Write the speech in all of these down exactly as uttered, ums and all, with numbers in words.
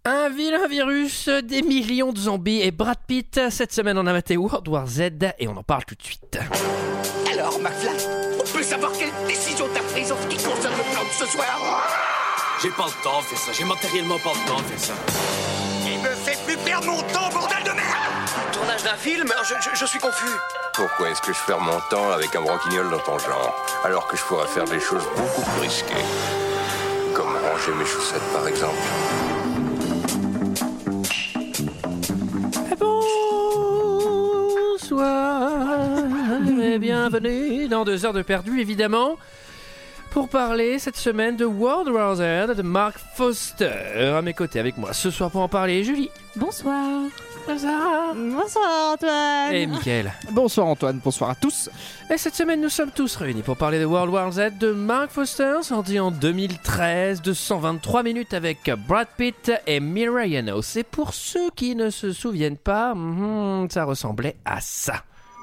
Un vilain virus, des millions de zombies et Brad Pitt. Cette semaine, on a maté World War Z et on en parle tout de suite. Alors, McFly, on peut savoir quelle décision t'as prise en ce qui concerne le plan de ce soir? J'ai pas le temps de faire ça, j'ai matériellement pas le temps de faire ça. Il me fait plus perdre mon temps, bordel de merde! Tournage d'un film? je, je, je suis confus. Pourquoi est-ce que je perds mon temps avec un branquignol dans ton genre, alors que je pourrais faire des choses beaucoup plus risquées? Comme ranger mes chaussettes, par exemple. Bonsoir et bienvenue dans deux heures de perdu, évidemment, pour parler cette semaine de World War Z de Mark Foster. À mes côtés avec moi ce soir pour en parler, Julie. Bonsoir. Bonsoir. Bonsoir Antoine. Et Mickaël. Bonsoir Antoine, bonsoir à tous. Et cette semaine, nous sommes tous réunis pour parler de World War Z de Mark Foster, sorti en deux mille treize, de cent vingt-trois minutes avec Brad Pitt et Mira Yanos. Et pour ceux qui ne se souviennent pas, hmm, ça ressemblait à ça.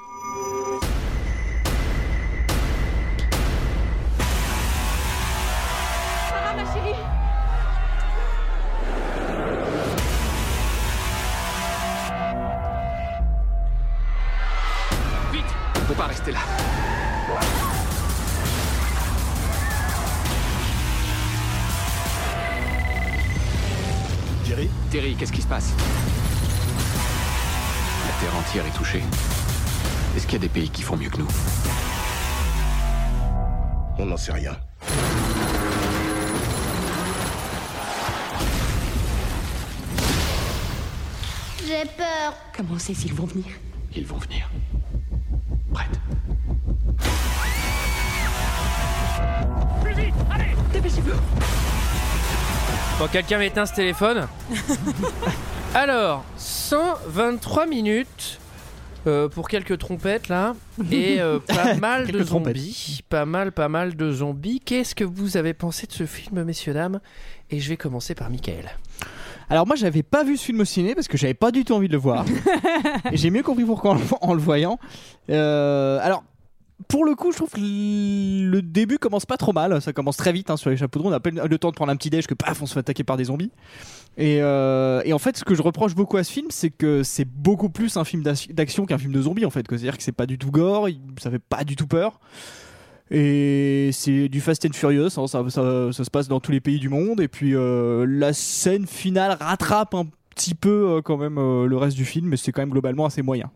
Ah ma chérie. Vite, on peut pas rester là. Jerry ? Terry, qu'est-ce qui se passe? La Terre entière est touchée. Est-ce qu'il y a des pays qui font mieux que nous? On n'en sait rien. J'ai peur. Comment on sait s'ils vont venir? Ils vont venir. Prête. Plus vite, allez! Dépêchez-vous. Bon, quelqu'un m'éteint ce téléphone. Alors, cent vingt-trois minutes euh, pour quelques trompettes là et euh, pas mal de Quelques trompettes. zombies, pas mal, pas mal de zombies. Qu'est-ce que vous avez pensé de ce film, messieurs dames? Et je vais commencer par Mickaël. Alors moi j'avais pas vu ce film au ciné parce que j'avais pas du tout envie de le voir. Et j'ai mieux compris pourquoi en le, en le voyant. Euh, alors pour le coup je trouve que le début commence pas trop mal. Ça commence très vite hein, sur les chapeaux de roue. On a peine le temps de prendre un petit déj que paf on se fait attaquer par des zombies. Et, euh, et en fait ce que je reproche beaucoup à ce film c'est que c'est beaucoup plus un film d'action qu'un film de zombies en fait. C'est-à-dire que c'est pas du tout gore, ça fait pas du tout peur. Et c'est du Fast and Furious, hein, ça, ça, ça se passe dans tous les pays du monde. Et puis euh, la scène finale rattrape un petit peu euh, quand même euh, le reste du film, mais c'est quand même globalement assez moyen.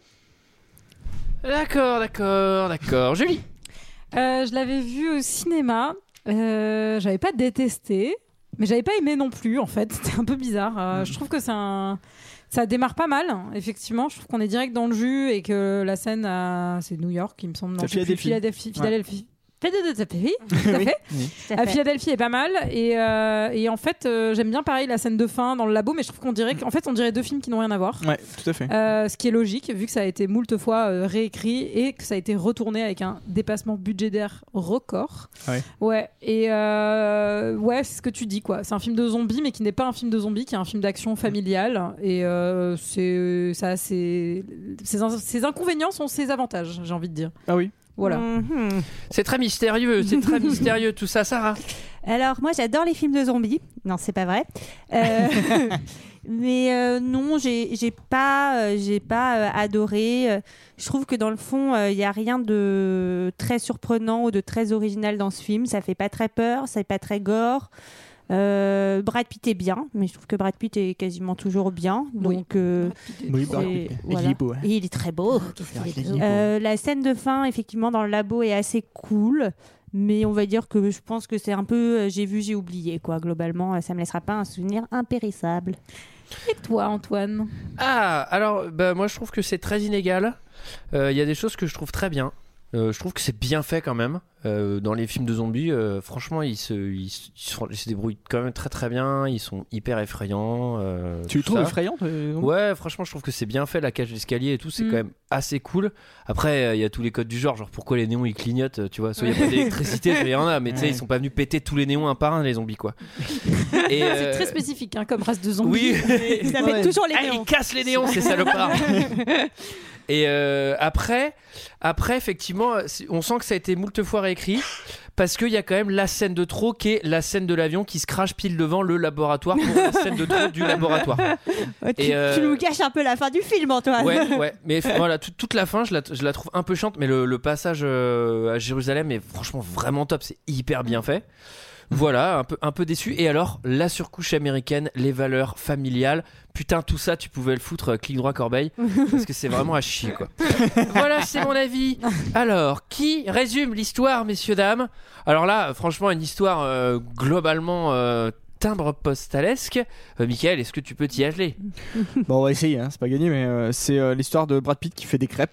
D'accord, d'accord, d'accord. Julie. Euh, je l'avais vu au cinéma. Euh, j'avais pas détesté, mais j'avais pas aimé non plus. En fait, c'était un peu bizarre. Euh, je trouve que c'est un Ça démarre pas mal, effectivement. Je trouve qu'on est direct dans le jus et que la scène, à... c'est New York, il me semble. Non, c'est Philadelphie. Philadelphie. Philadelphie. Ouais. Philadelphie, tout à fait. Oui. À Philadelphie est pas mal et, euh, et en fait euh, j'aime bien pareil la scène de fin dans le labo, mais je trouve qu'on dirait qu'en fait on dirait deux films qui n'ont rien à voir. Ouais, tout à fait. Euh, ce qui est logique vu que ça a été moult fois euh, réécrit et que ça a été retourné avec un dépassement budgétaire record. Ouais. Ouais. Et euh, ouais, c'est ce que tu dis quoi. C'est un film de zombies mais qui n'est pas un film de zombies, qui est un film d'action familiale et euh, c'est ça, c'est ses, ses inconvénients sont ses avantages, j'ai envie de dire. Ah oui. Voilà. Mm-hmm. C'est très mystérieux, c'est très mystérieux tout ça, Sarah. Alors moi j'adore les films de zombies. Non, c'est pas vrai. Euh, mais euh, non, j'ai, j'ai pas, euh, j'ai pas euh, adoré. Euh, je trouve que dans le fond, il euh, y a rien de très surprenant ou de très original dans ce film. Ça fait pas très peur, c'est pas très gore. Euh, Brad Pitt est bien, mais je trouve que Brad Pitt est quasiment toujours bien. Donc, oui, euh, oui Brad Pitt. Voilà. Il est beau. Hein. Et il est très beau. Il est beau. Euh, la scène de fin, effectivement, dans le labo est assez cool. Mais on va dire que je pense que c'est un peu euh, j'ai vu, j'ai oublié, quoi. Globalement, ça me laissera pas un souvenir impérissable. Et toi, Antoine? Ah, alors, bah, moi je trouve que c'est très inégal. Il euh, y a des choses que je trouve très bien. Euh, je trouve que c'est bien fait quand même. Euh, dans les films de zombies, euh, franchement, ils se, ils, ils, se, ils se débrouillent quand même très très bien. Ils sont hyper effrayants. Euh, tu le trouves effrayant? Ouais, franchement, je trouve que c'est bien fait. La cage d'escalier et tout, c'est mm. quand même assez cool. Après, il euh, y a tous les codes du genre, genre pourquoi les néons ils clignotent, tu vois. Soit il n'y a pas d'électricité, soit il y en a, mais tu sais, ils sont pas venus péter tous les néons un par un, les zombies, quoi. Et euh... c'est très spécifique hein, comme race de zombies. Oui, ça fait ouais. toujours les ah, néons. ils cassent les néons, ces salopards. Et euh, après, après, effectivement, on sent que ça a été moult fois réécrit. Parce qu'il y a quand même la scène de trop qui est la scène de l'avion qui se crache pile devant le laboratoire pour la scène de trop du laboratoire. Ouais, tu, Et euh... tu nous gâches un peu la fin du film, Antoine. Ouais, ouais. Mais voilà, toute, toute la fin, je la, je la trouve un peu chiante, mais le, le passage euh, à Jérusalem est franchement vraiment top. C'est hyper bien fait. Voilà, un peu, un peu déçu. Et alors, la surcouche américaine, les valeurs familiales. Putain, tout ça, tu pouvais le foutre euh, clic droit corbeille. Parce que c'est vraiment à chier, quoi. Voilà, c'est mon avis. Alors, qui résume l'histoire, messieurs, dames ? Alors là, franchement, une histoire euh, globalement euh, timbre postalesque. Euh, Michael, est-ce que tu peux t'y atteler ? Bon, on va essayer, hein, c'est pas gagné, mais euh, c'est euh, l'histoire de Brad Pitt qui fait des crêpes.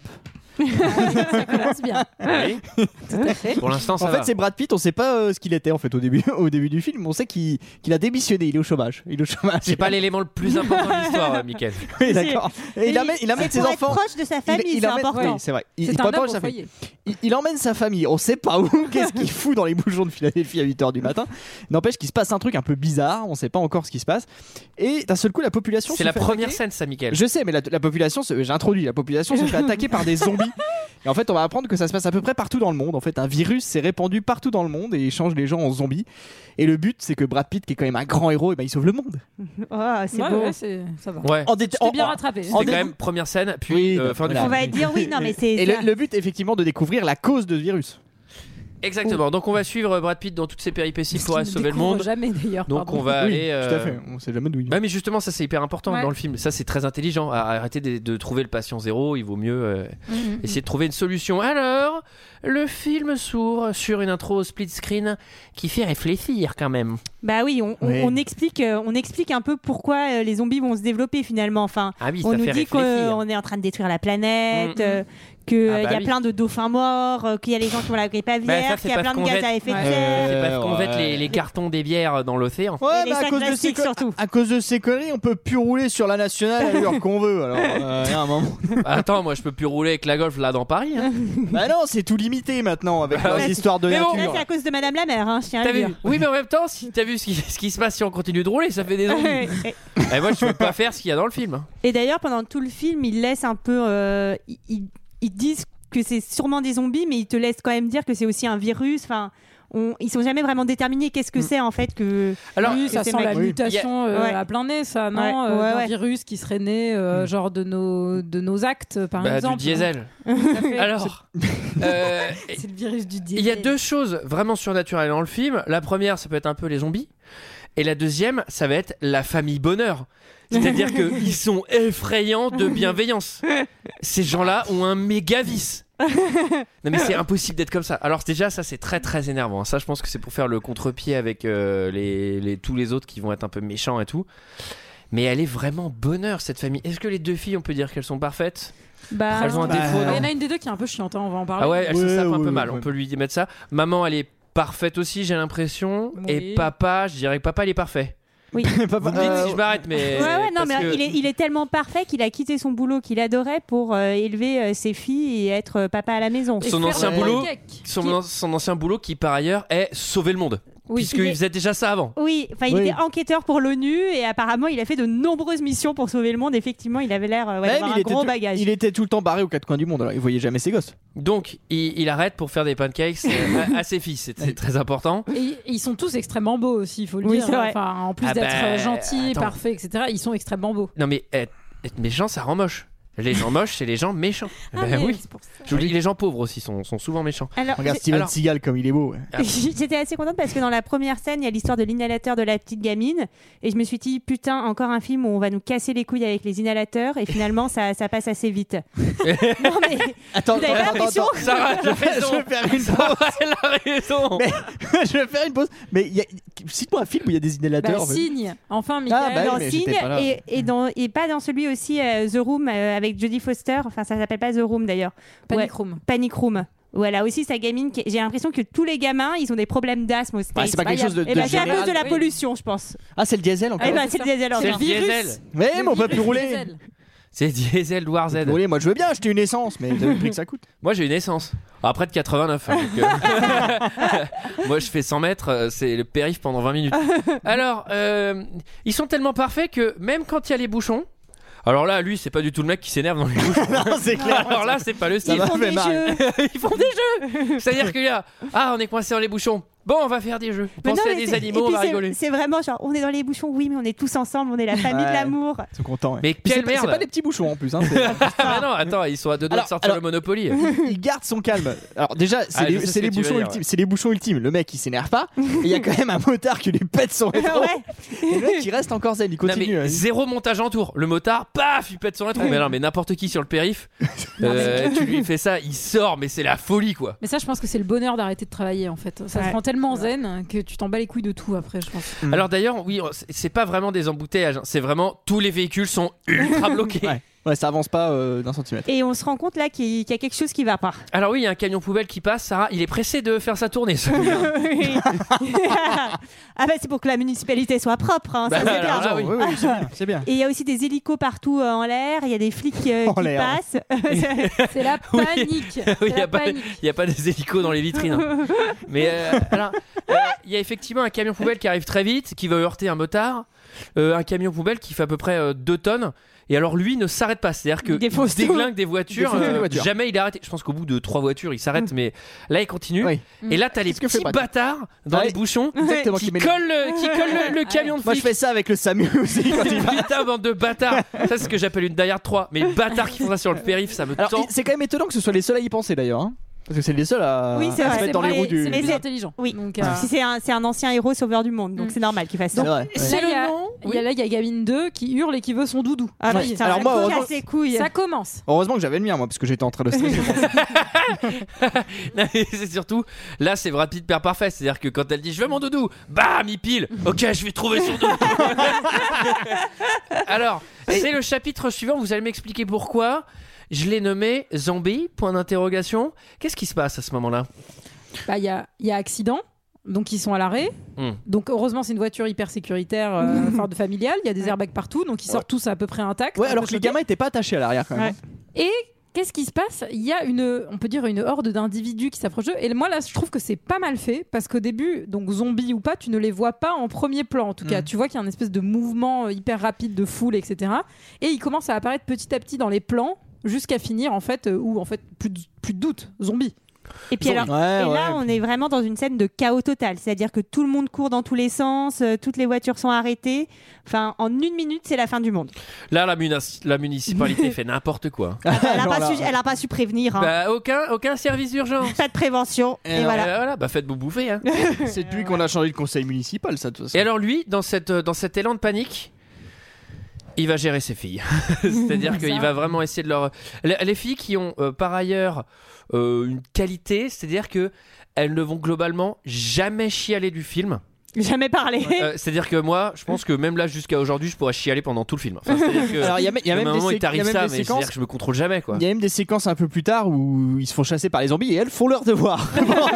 Ça commence bien. Oui. Tout à fait. Pour l'instant, ça En va. fait, c'est Brad Pitt, on sait pas euh, ce qu'il était en fait au début, au début du film. On sait qu'il, qu'il a démissionné, il est au chômage. Il est au chômage. C'est pas l'élément le plus important de l'histoire, euh, Michael. Oui, d'accord. Et il Mais amène, il amène c'est ses pour être enfants. proche de sa famille, il, il c'est emmène- important. Oui, c'est vrai. Il, C'est il un prend homme pas au sa famille. foyer. Il, il emmène sa famille. On sait pas où. Qu'est-ce qu'il fout dans les bouchons de Philadelphie à huit heures du matin. N'empêche qu'il se passe un truc un peu bizarre. On sait pas encore ce qui se passe. Et d'un seul coup, la population. C'est se la fait première attaquer. scène, ça, Michael. Je sais, mais la, la population, se- j'ai introduit, la population se fait attaquer par des zombies. Et en fait, on va apprendre que ça se passe à peu près partout dans le monde. En fait, un virus s'est répandu partout dans le monde et il change les gens en zombies. Et le but, c'est que Brad Pitt, qui est quand même un grand héros, et ben, il sauve le monde. Oh, c'est Ouais, beau. ouais, c'est- ça va. Ouais. En dé- T'es en- bien en- rattrapé. C'était en quand dé- même première scène, puis Oui, euh, bah, fin du voilà. film. On va dire oui, non, mais c'est. Et le, le but, effectivement, de découvrir la cause de ce virus. Exactement. Donc on va suivre Brad Pitt dans toutes ses péripéties Ce pour qu'il aller ne sauver le découvre monde. jamais d'ailleurs. Donc pardon. on va Oui, aller. euh, tout à fait. On sait jamais d'où il Bah mais justement ça c'est hyper important Ouais. dans le film. Ça c'est très intelligent. Arrêtez de, de trouver le patient zéro. Il vaut mieux euh, Mhm. essayer de trouver une solution. Alors le film s'ouvre sur une intro au split screen qui fait réfléchir quand même. Bah oui, on, on- Oui. on explique, euh, on explique un peu pourquoi euh, les zombies vont se développer finalement. Enfin, Ah oui on ça nous fait dit réfléchir. qu'on est en train de détruire la planète, Mm. euh, qu'il Ah bah y a oui. plein de dauphins morts, euh, qu'il y a les gens qui ont la grippe aviaire, Bah, ça, c'est qu'il y a parce plein de qu'on gaz jette- à effet de Ouais. serre. C'est parce qu'on Ouais. jette les, les cartons des bières dans l'océan. Ouais, Et les mais à sacs cause, de ces plastiques, co- surtout. à cause de ces conneries, on peut plus rouler sur la nationale à l'heure qu'on veut. Alors, euh, y a un moment. Attends moi je peux plus rouler avec la Golf là dans Paris. Hein. Bah non, c'est tout limité maintenant avec Ah les ouais. histoires de Mais bon, Là, nature. c'est à cause de Madame la Mère, hein, je tiens à T'as le vu dire. Oui mais en même temps si t'as vu ce qui, ce qui se passe si on continue de rouler ça fait des zombies. Ouais, ouais. Et moi je peux pas faire ce qu'il y a dans le film. hein. Et d'ailleurs, pendant tout le film, ils laissent un peu. euh, ils, ils- ils disent que c'est sûrement des zombies, mais ils te laissent quand même dire que c'est aussi un virus. Enfin, on, ils sont jamais vraiment déterminés qu'est-ce que Mm. c'est en fait que. Alors oui, que ça ces sent la mecs- Oui. mutation euh, Ouais. à plein nez, ça, non Ouais, euh, ouais, d'un ouais. virus qui serait né, euh, Mm. genre de nos, de nos actes, par bah, exemple. du diesel. Tout à fait. Alors euh, C'est le virus du il diesel. y a deux choses vraiment surnaturelles dans le film. La première, ça peut être un peu les zombies. Et la deuxième, ça va être la famille bonheur. C'est-à-dire qu'ils sont effrayants de bienveillance. Ces gens-là ont un méga vice. Non mais c'est impossible d'être comme ça. Alors déjà, ça c'est très très énervant. Ça, je pense que c'est pour faire le contre-pied avec euh, les, les, tous les autres qui vont être un peu méchants et tout. Mais elle est vraiment bonheur cette famille. Est-ce que les deux filles, on peut dire qu'elles sont parfaites ? Bah, Elles ont un Bah, défaut, Il y en non a une des deux qui est un peu chiante, hein, on va en parler. Ah ouais, elle se Ouais, sape un ouais, peu mal. ouais. On peut lui mettre ça. Maman, elle est parfaite aussi, j'ai l'impression. Oui. Et papa, je dirais que papa, il est parfait. oui. Papa, Vous me dites euh, si je m'arrête, mais. Ouais, ouais, non, parce mais que- il, est, il est tellement parfait qu'il a quitté son boulot qu'il adorait pour euh, élever euh, ses filles et être euh, papa à la maison. Et Son faire ancien le boulot, pancake. Son, son ancien boulot qui, par ailleurs, est sauver le monde. Oui, Puisqu'il il est- faisait déjà ça avant. Oui, enfin, il Oui. était enquêteur pour l'ONU et apparemment, il a fait de nombreuses missions pour sauver le monde. Effectivement, il avait l'air euh, ouais, même, d'avoir il un était gros tout- bagage. il était tout le temps barré aux quatre coins du monde. Alors, il voyait jamais ses gosses. Donc, il, il arrête pour faire des pancakes euh, à, à ses fils. C'est c'est très important. Et, et ils sont tous extrêmement beaux aussi, il faut le Oui, dire. c'est vrai. Enfin, en plus Ah d'être bah, euh, gentils, attends. parfaits, et cetera, ils sont extrêmement beaux. Non, mais être, être méchant, ça rend moche. Les gens moches, c'est les gens méchants. Ah, Ben mais oui. c'est pour ça. Je vous le dis, les gens pauvres aussi sont, sont souvent méchants. Alors, Regarde j'ai- Steven alors- Seagal comme il est beau. ouais. J'étais assez contente parce que dans la première scène, il y a l'histoire de l'inhalateur de la petite gamine. Et je me suis dit, putain, encore un film où on va nous casser les couilles avec les inhalateurs. Et finalement, ça, ça passe assez vite. non, mais Attends, Vous avez pas attends, l'impression attends. Sarah, je vais, je vais faire une Sarah, pause. elle a raison. Mais- je vais faire une pause. Mais il y a- cite-moi un film où il y a des Bah, inhalateurs. en fait. signe. Enfin, Ah, Michael. bah oui, dans mais Signe j'étais pas là. et, et, dans, et pas dans celui aussi euh, The Room euh, avec Jodie Foster. Enfin, ça s'appelle pas The Room d'ailleurs. Panic Ouais. Room. Panic Room. Où elle a aussi sa gamine. Qui... J'ai l'impression que tous les gamins, ils ont des problèmes d'asthme au States. Bah, c'est pas quelque chose de, Et de bah, c'est à général. cause de la oui. pollution, je pense. Ah, c'est le diesel encore. Eh ben, c'est c'est ça. le diesel. C'est le encore. diesel. Mais Le mais on peut plus virus rouler. diesel. C'est Diesel War Z. Vous voulez, moi je veux bien acheter une essence, mais vous avez le prix que ça coûte. Moi j'ai une essence. Après de quatre-vingt-neuf. hein, donc, euh, Moi je fais cent mètres, euh, c'est le périph' pendant vingt minutes. Alors, euh, ils sont tellement parfaits que même quand il y a les bouchons, Alors là, lui, c'est pas du tout le mec qui s'énerve dans les bouchons. Non, c'est clair. Alors là, c'est pas le Ça style. m'a Ils font fait des marrer. jeux. Ils font des jeux. C'est-à-dire qu'il y a ah, on est coincé dans les bouchons. Bon, on va faire des jeux. Mais Pensez non, à mais des c'est- animaux, et on puis va c'est- rigoler. C'est vraiment genre, on est dans les bouchons, oui, mais on est tous ensemble, on est la famille Ouais. de l'amour. Ils sont contents. Ouais. Mais Puis c'est quelle pas- c'est merde. pas des petits bouchons en plus. Hein, c'est- Ah non, attends, ils sont à deux doigts Alors- de sortir alors- le Monopoly. il garde son calme. Alors déjà, c'est Ah, les, je sais c'est ce les que tu veux bouchons dire, ultimes. ouais. C'est les bouchons ultimes. Le mec, il s'énerve pas. Et il y a quand même un motard qui lui pète son rétro. Ouais. Et le mec, il reste encore zen. Il Non, continue. mais hein. zéro montage en tour. Le motard, paf, il pète son rétro. Mais non, mais n'importe qui sur le périph, euh, tu lui fais ça, il sort, mais c'est la folie quoi. Mais ça, je pense que c'est le bonheur d'arrêter de travailler en fait. Ça Ouais. te rend tellement zen que tu t'en bats les couilles de tout après, je pense. Mm. Alors d'ailleurs, oui, c'est- c'est pas vraiment des embouteillages, hein. C'est vraiment tous les véhicules sont ultra bloqués. Ouais. Ouais, ça avance pas euh, d'un centimètre. Et on se rend compte là qu'il y a quelque chose qui va pas. Alors oui, il y a un camion poubelle qui passe, Sarah, il est pressé de faire sa tournée. ce gars. Oui. Ah bah c'est pour que la municipalité soit propre, hein, Bah, ça c'est alors bien. là, oui. oui, oui, c'est bien. C'est bien. Et il y a aussi des hélicos partout euh, en l'air, il y a des flics euh, En qui l'air. passent. C'est la Oui. panique. Oui, C'est il n'y la a, pas- panique. y a pas des hélicos dans les vitrines. hein. Mais euh, alors, euh, il y a effectivement un camion poubelle qui arrive très vite, qui va heurter un motard. Euh, un camion poubelle qui fait à peu près deux tonnes. Et alors lui ne s'arrête pas, c'est-à-dire que Il défonce il tout. déglingue des voitures, Il défonce euh, les voitures. jamais il est arrêté. Je pense qu'au bout de trois voitures il s'arrête, mais là il continue. Oui. Et là t'as les C'est ce que fait petits Brad. bâtards dans Ouais. les bouchons Exactement. qui qui met- collent, le- qui collent le, le camion de Moi, je flic. fais ça avec le SAMU aussi quand il va. Putain, bande de bâtards. Ça c'est ce que j'appelle une Die Hard trois. Mais les bâtards qui font ça sur le périph, ça me Alors, tend. c'est quand même étonnant que ce soit les seuls à y penser d'ailleurs. hein. Parce que c'est les seuls à, Oui, c'est à vrai, se c'est mettre dans les vrai, roues du. C'est Mais les plus c'est- intelligents. Oui. Donc, euh, Si c'est un, c'est un ancien héros sauveur du monde, donc Mm. c'est normal qu'il fasse C'est ça. vrai. ouais. C'est là, il y a- le nom. il y a là, il y a Gamine deux qui hurle et qui veut son doudou. Ah bah, Ouais. putain, Alors moi, casse heureusement- ses couilles. Ça commence. Heureusement que j'avais le mien moi parce que j'étais en train de stresser. Non, mais c'est surtout là c'est Brad Pitt père parfait, c'est-à-dire que quand elle dit je veux mon doudou, bam il pile. Ok, je vais trouver son doudou. Alors c'est le chapitre suivant, vous allez m'expliquer pourquoi. Je l'ai nommé Zombie, point d'interrogation. Qu'est-ce qui se passe à ce moment-là? Bah, il y a, il y a accident. Donc ils sont à l'arrêt. Hmm. Donc heureusement c'est une voiture hyper sécuritaire, euh, enfin de familiale. Il y a des airbags partout, donc ils sortent tous à peu près intacts. Ouais, un alors peu que les choqués. gamins étaient pas attachés à l'arrière quand même. Ouais. Et qu'est-ce qui se passe? Il y a une, on peut dire une horde d'individus qui s'approchent d'eux. Et moi là, je trouve que c'est pas mal fait parce qu'au début, donc zombies ou pas, tu ne les vois pas en premier plan. En tout cas, Mm. tu vois qu'il y a une espèce de mouvement euh, hyper rapide de foule, et cetera. Et ils commencent à apparaître petit à petit dans les plans jusqu'à finir en fait euh, où en fait plus de, plus de doute, zombies. Et puis alors, Ouais, et ouais. là, on est vraiment dans une scène de chaos total. C'est-à-dire que tout le monde court dans tous les sens, euh, toutes les voitures sont arrêtées. Enfin, en une minute, c'est la fin du monde. Là la, munas- la municipalité fait n'importe quoi. Elle n'a Alors pas, là- su, elle a pas su prévenir. hein. Bah aucun, aucun service d'urgence. Pas de prévention. Et, alors, voilà. Euh, voilà, bah faites-vous bouffer. Hein. C'est depuis qu'on a changé de conseil municipal ça de toute façon. Et alors lui, dans, cette, dans cet élan de panique, il va gérer ses filles. C'est-à-dire qu'il va vraiment essayer de leur... Les, les filles qui ont euh, par ailleurs euh, une qualité, c'est-à-dire que elles ne vont globalement jamais chialer du film. Jamais parlé. Euh, c'est-à-dire que moi, je pense que même là jusqu'à aujourd'hui, je pourrais chialer pendant tout le film. Enfin, c'est-à-dire que... Alors il y a, il y a à un même des, moment, sé- il t'arrive il y a même ça, des mais séquences. c'est-à-dire que je me contrôle jamais, quoi. Il y a même des séquences un peu plus tard où ils se font chasser par les zombies et elles font leur devoir.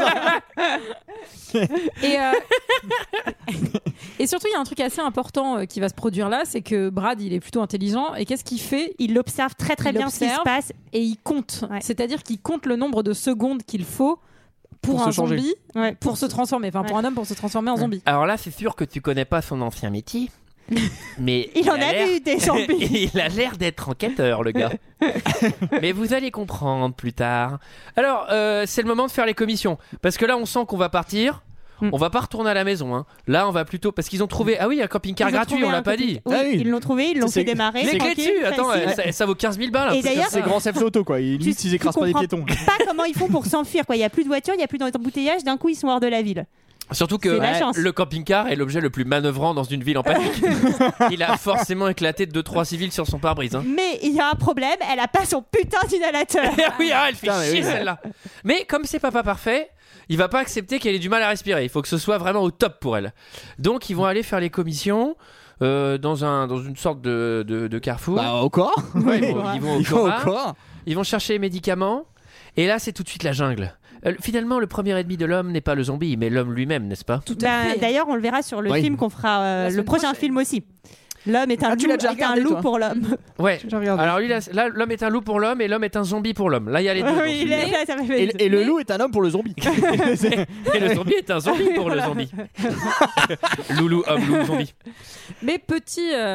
Et, euh, et surtout, il y a un truc assez important euh, qui va se produire là, c'est que Brad, il est plutôt intelligent. Et qu'est-ce qu'il fait? Il observe très très Il bien ce qui se observe. passe. Et il compte. Ouais. C'est-à-dire qu'il compte le nombre de secondes qu'il faut pour, Pour un se changer. zombie, Ouais, pour se transformer. Enfin, pour Ouais. un homme, pour se transformer en zombie. Alors là, c'est sûr que tu connais pas son ancien métier. Mais Il en a l'air- vu des zombies. Il a l'air d'être enquêteur, le gars. Mais vous allez comprendre plus tard. Alors, euh, c'est le moment de faire les commissions. Parce que là, on sent qu'on va partir. Mm. On va pas retourner à la maison. Hein. Là, on va plutôt. Parce qu'ils ont trouvé. Ah oui, un camping-car Ils ont gratuit, trouvé on l'a un pas copie- dit. Oui, Ah oui. ils l'ont trouvé, ils l'ont C'est- fait démarrer. Les clés tranquille, dessus, attends, facile. euh, ça, ça vaut quinze mille balles. hein, Et parce que d'ailleurs, C'est grand self auto quoi. Ils, limite, ils écrasent tu pas les comprends piétons. pas comment ils font pour s'enfuir. quoi. Il y a plus de voitures, il y a plus d'embouteillage. D'un coup, ils sont hors de la ville. Surtout que C'est la ouais, chance. le camping-car est l'objet le plus manœuvrant dans une ville en panique. Il a forcément éclaté deux trois civils sur son pare-brise. Hein. Mais il y a un problème, elle a pas son putain d'inhalateur. Oui, ah, elle fait Putain, mais chier oui. celle-là. Mais comme c'est papa parfait, il va pas accepter qu'elle ait du mal à respirer. Il faut que ce soit vraiment au top pour elle. Donc ils vont aller faire les commissions euh, dans un dans une sorte de de, de carrefour. Bah au corps. Ouais, ils, vont, ils vont au Ils vont au Cora, corps. ils vont chercher les médicaments. Et là, c'est tout de suite la jungle. Euh, finalement, le premier ennemi de l'homme n'est pas le zombie, mais l'homme lui-même, n'est-ce pas? Tout à Ben, fait. D'ailleurs, on le verra sur le Oui. film qu'on fera euh, La le semaine prochain prochaine. film aussi. L'homme est un Ah, tu loup, l'as déjà est un regardé, loup toi pour l'homme. Ouais. J'ai regardé. Alors lui, là, là, l'homme est un loup pour l'homme et l'homme est un zombie pour l'homme. Là, il y a les deux. dans ce Oui, film. là, là, ça m'a fait- Et, et le loup est un homme pour le zombie. Et le zombie est un zombie pour le zombie. Loulou, homme, loup, zombie. Mais petit, euh,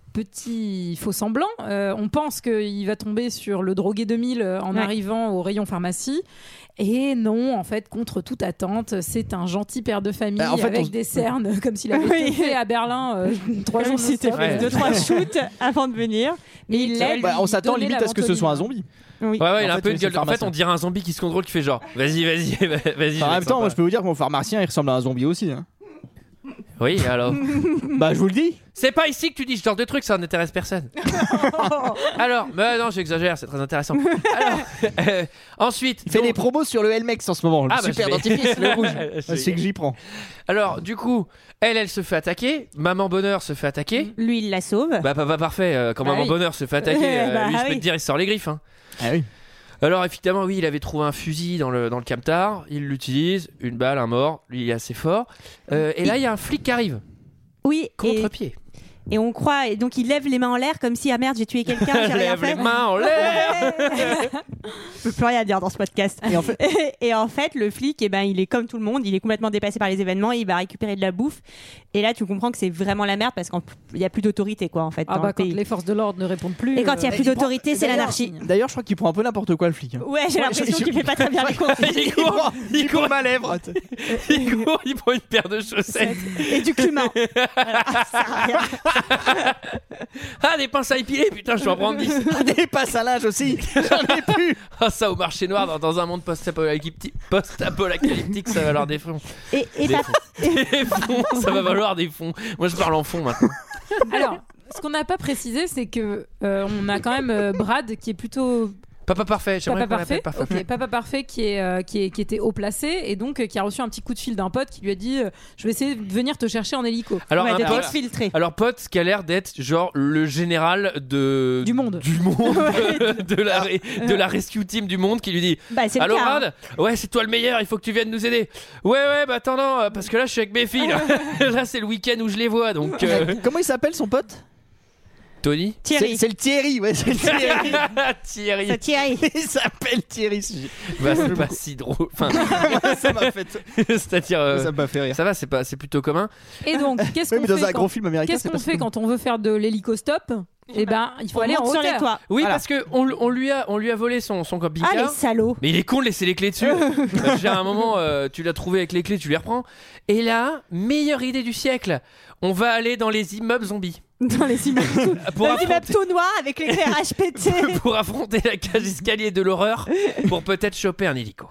petit faux semblant. Euh, on pense qu'il va tomber sur le drogué deux mille en Ouais. arrivant au rayon pharmacie. Et non, en fait, contre toute attente, c'est un gentil père de famille Bah, en fait, avec on- des cernes, comme s'il avait Oui. été fait à Berlin euh, trois jours Comme si t'avais non-stop. fait Ouais. deux trois shoots avant de venir. Mais il qui va l'aide. Bah, on lui s'attend donner limite la à ce que ce soit un ventoline. zombie. Oui. Ouais, ouais, il a En un fait, peu oui, une c'est gueule. le En fait, pharmacien. on dirait un zombie qui se contrôle, qui fait genre, vas-y, vas-y, vas-y. je Enfin, en vais même être temps, sympa. moi je peux vous dire que mon pharmacien il ressemble à un zombie aussi. hein. Oui, alors. Bah, je vous le dis. C'est pas ici que tu dis ce genre de truc, ça n'intéresse personne. Alors, mais non, j'exagère, c'est très intéressant. Alors, euh, ensuite. Il fait donc- des promos sur le Helmex en ce moment. Le Ah, bah, super je vais- dentifrice, le rouge. Je vais- C'est que j'y prends. Alors, du coup, elle, elle se fait attaquer. Maman Bonheur se fait attaquer. Lui, il la sauve. Bah, pas, pas parfait. euh, quand Bah Maman oui. Bonheur se fait attaquer, euh, Bah lui, je peux oui. te dire, il sort les griffes. Hein. Ah oui. Alors, effectivement, oui, il avait trouvé un fusil dans le, dans le camtar. Il l'utilise. Une balle, un mort. Lui, il est assez fort. Euh, et là, il y a un flic qui arrive. Oui, et, Contre-pied. et on croit. Et donc, il lève les mains en l'air comme si, ah merde, j'ai tué quelqu'un, j'ai rien Lève fait. les mains en l'air. Je peux plus rien dire dans ce podcast. Et en fait, et en fait le flic, eh ben, il est comme tout le monde, il est complètement dépassé par les événements, il va récupérer de la bouffe. Et là, tu comprends que c'est vraiment la merde parce qu'il n'y a plus d'autorité, quoi, en fait. Ah dans bah le quand pays. les forces de l'ordre ne répondent plus. Et quand il n'y a euh, plus il prend- d'autorité, c'est D'ailleurs- l'anarchie. D'ailleurs, je crois qu'il prend un peu n'importe quoi le flic. hein. Ouais, j'ai l'impression je- qu'il fait pas très bien les courses. Il court, il Il court, court ma lèvre. il court, il prend une paire de chaussettes. Et du cumin. Voilà, ça sert à rien. Ah, des pinces à épiler, putain, je vais en prendre dix. Des passes à linge aussi. J'en ai plus. Ah, ça au marché noir, dans, dans un monde post-apocalyptique, post-apocalyptique, ça va valoir des fonds. Et, et Des t'as- fonds. Des fonds, ça va valoir des fonds. Moi, je parle en fonds maintenant. Alors, ce qu'on n'a pas précisé, c'est que euh, on a quand même euh, Brad qui est plutôt Papa parfait, j'aimerais Papa qu'on l'appelle parfait. parfait. Ok, Papa parfait qui est euh, qui est qui était haut placé et donc euh, qui a reçu un petit coup de fil d'un pote qui lui a dit euh, je vais essayer de venir te chercher en hélico. Alors, ouais, un d'être pote, exfiltré. alors pote qui a l'air d'être genre le général de Du monde. du monde de, de la ré- de la rescue team du monde qui lui dit Bah, c'est le allô cas, hein. Brad, ouais c'est toi le meilleur, il faut que tu viennes nous aider. Ouais ouais bah attends non euh, parce que là je suis avec mes filles là, Là, c'est le week-end où je les vois donc euh, Comment il s'appelle son pote? Tony. Thierry. C'est c'est le Thierry, ouais, c'est le Thierry. Thierry. C'est Thierry. Il s'appelle Thierry. si- Bah c'est pas si drôle. Enfin, Ça m'a fait. c'est-à-dire euh, Ça m'a fait rire. ça va, c'est pas, c'est plutôt commun. Et donc qu'est-ce Oui, qu'on mais dans fait un quand, gros film américain, qu'est-ce c'est qu'on pas fait si quand on veut faire de l'hélicostop? Eh ben, il faut On aller en monte sur les hauteur. toits. Oui Voilà. parce que on, on lui a on lui a volé son son Ah, camping-car. les salauds. Mais il est con de laisser les clés dessus. Parce qu'à un moment, euh, tu l'as trouvé avec les clés, tu les reprends. Et là, meilleure idée du siècle. On va aller dans les immeubles zombies. Dans les immeubles tout, Pour dans les immeubles affronter, tout noirs avec l'éclairage pété. pour affronter la cage escalier de l'horreur. Pour peut-être choper un hélico.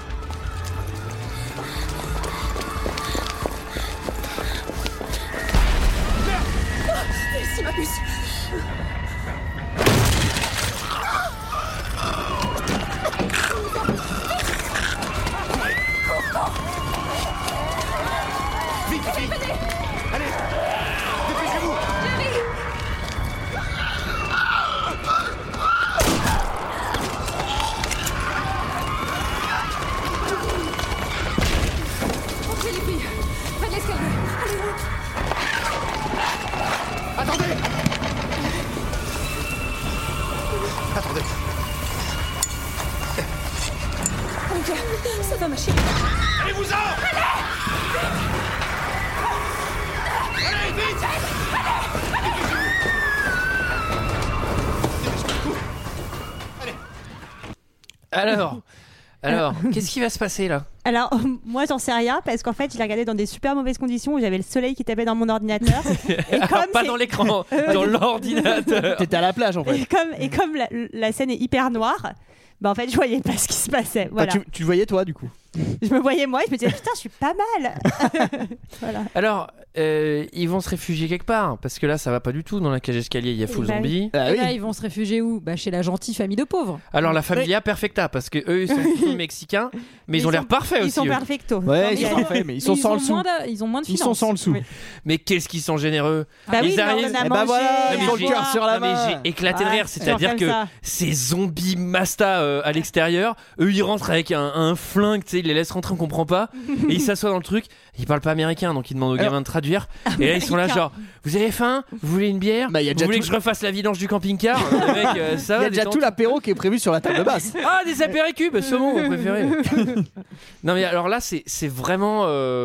Alors, alors, qu'est-ce qui va se passer là? Alors, moi, j'en sais rien parce qu'en fait, je l'ai regardé dans des super mauvaises conditions où j'avais le soleil qui tapait dans mon ordinateur. Et Alors, comme pas c'est- dans l'écran, dans l'ordinateur. T'étais à la plage en fait. Et comme, et comme la, la scène est hyper noire, bah en fait, je voyais pas ce qui se passait. Voilà. Enfin, tu, tu le voyais toi du coup. Je me voyais moi, je me disais putain, je suis pas mal. Voilà. Alors, euh, ils vont se réfugier quelque part parce que là, ça va pas du tout. Dans la cage escalier, il y a full Eh bah oui. zombies. Ah Et oui. là, ils vont se réfugier où? Bah, chez la gentille famille de pauvres. Alors la familia perfecta parce que eux ils sont tous mexicains mais ils Ils ont l'air sont- parfaits Ils aussi. sont eux. perfecto. Ouais, Non, ils mais- sont parfaits, mais ils sont Mais sans ont le sou. moins de- Ils ont moins de Ils finances. sont sans le sou. Oui. Mais qu'est-ce qu'ils sont généreux. Bah oui, Ils mais on arrivent- en a Eh mangé. bah voilà, à ils ont le boire. cœur sur la Non, mais main. j'ai éclaté de Ah, rire, c'est-à-dire genre que comme ça. ces zombies masta euh, à l'extérieur, eux ils rentrent avec un, un flingue, tu sais, ils les laissent rentrer, on comprend pas, et ils s'assoient dans le truc, ils parlent pas américain donc ils demandent aux Alors- gamins de traduire, et là ils sont là genre, vous avez faim? Vous voulez une bière? Bah, y a Vous déjà voulez tout- que je refasse la vidange du camping-car? Le mec, euh, ça Il y va, a déjà détente. tout l'apéro qui est prévu sur la table basse. Ah, des apéricubes, saumon, vous préférez. Non mais alors là c'est c'est vraiment euh,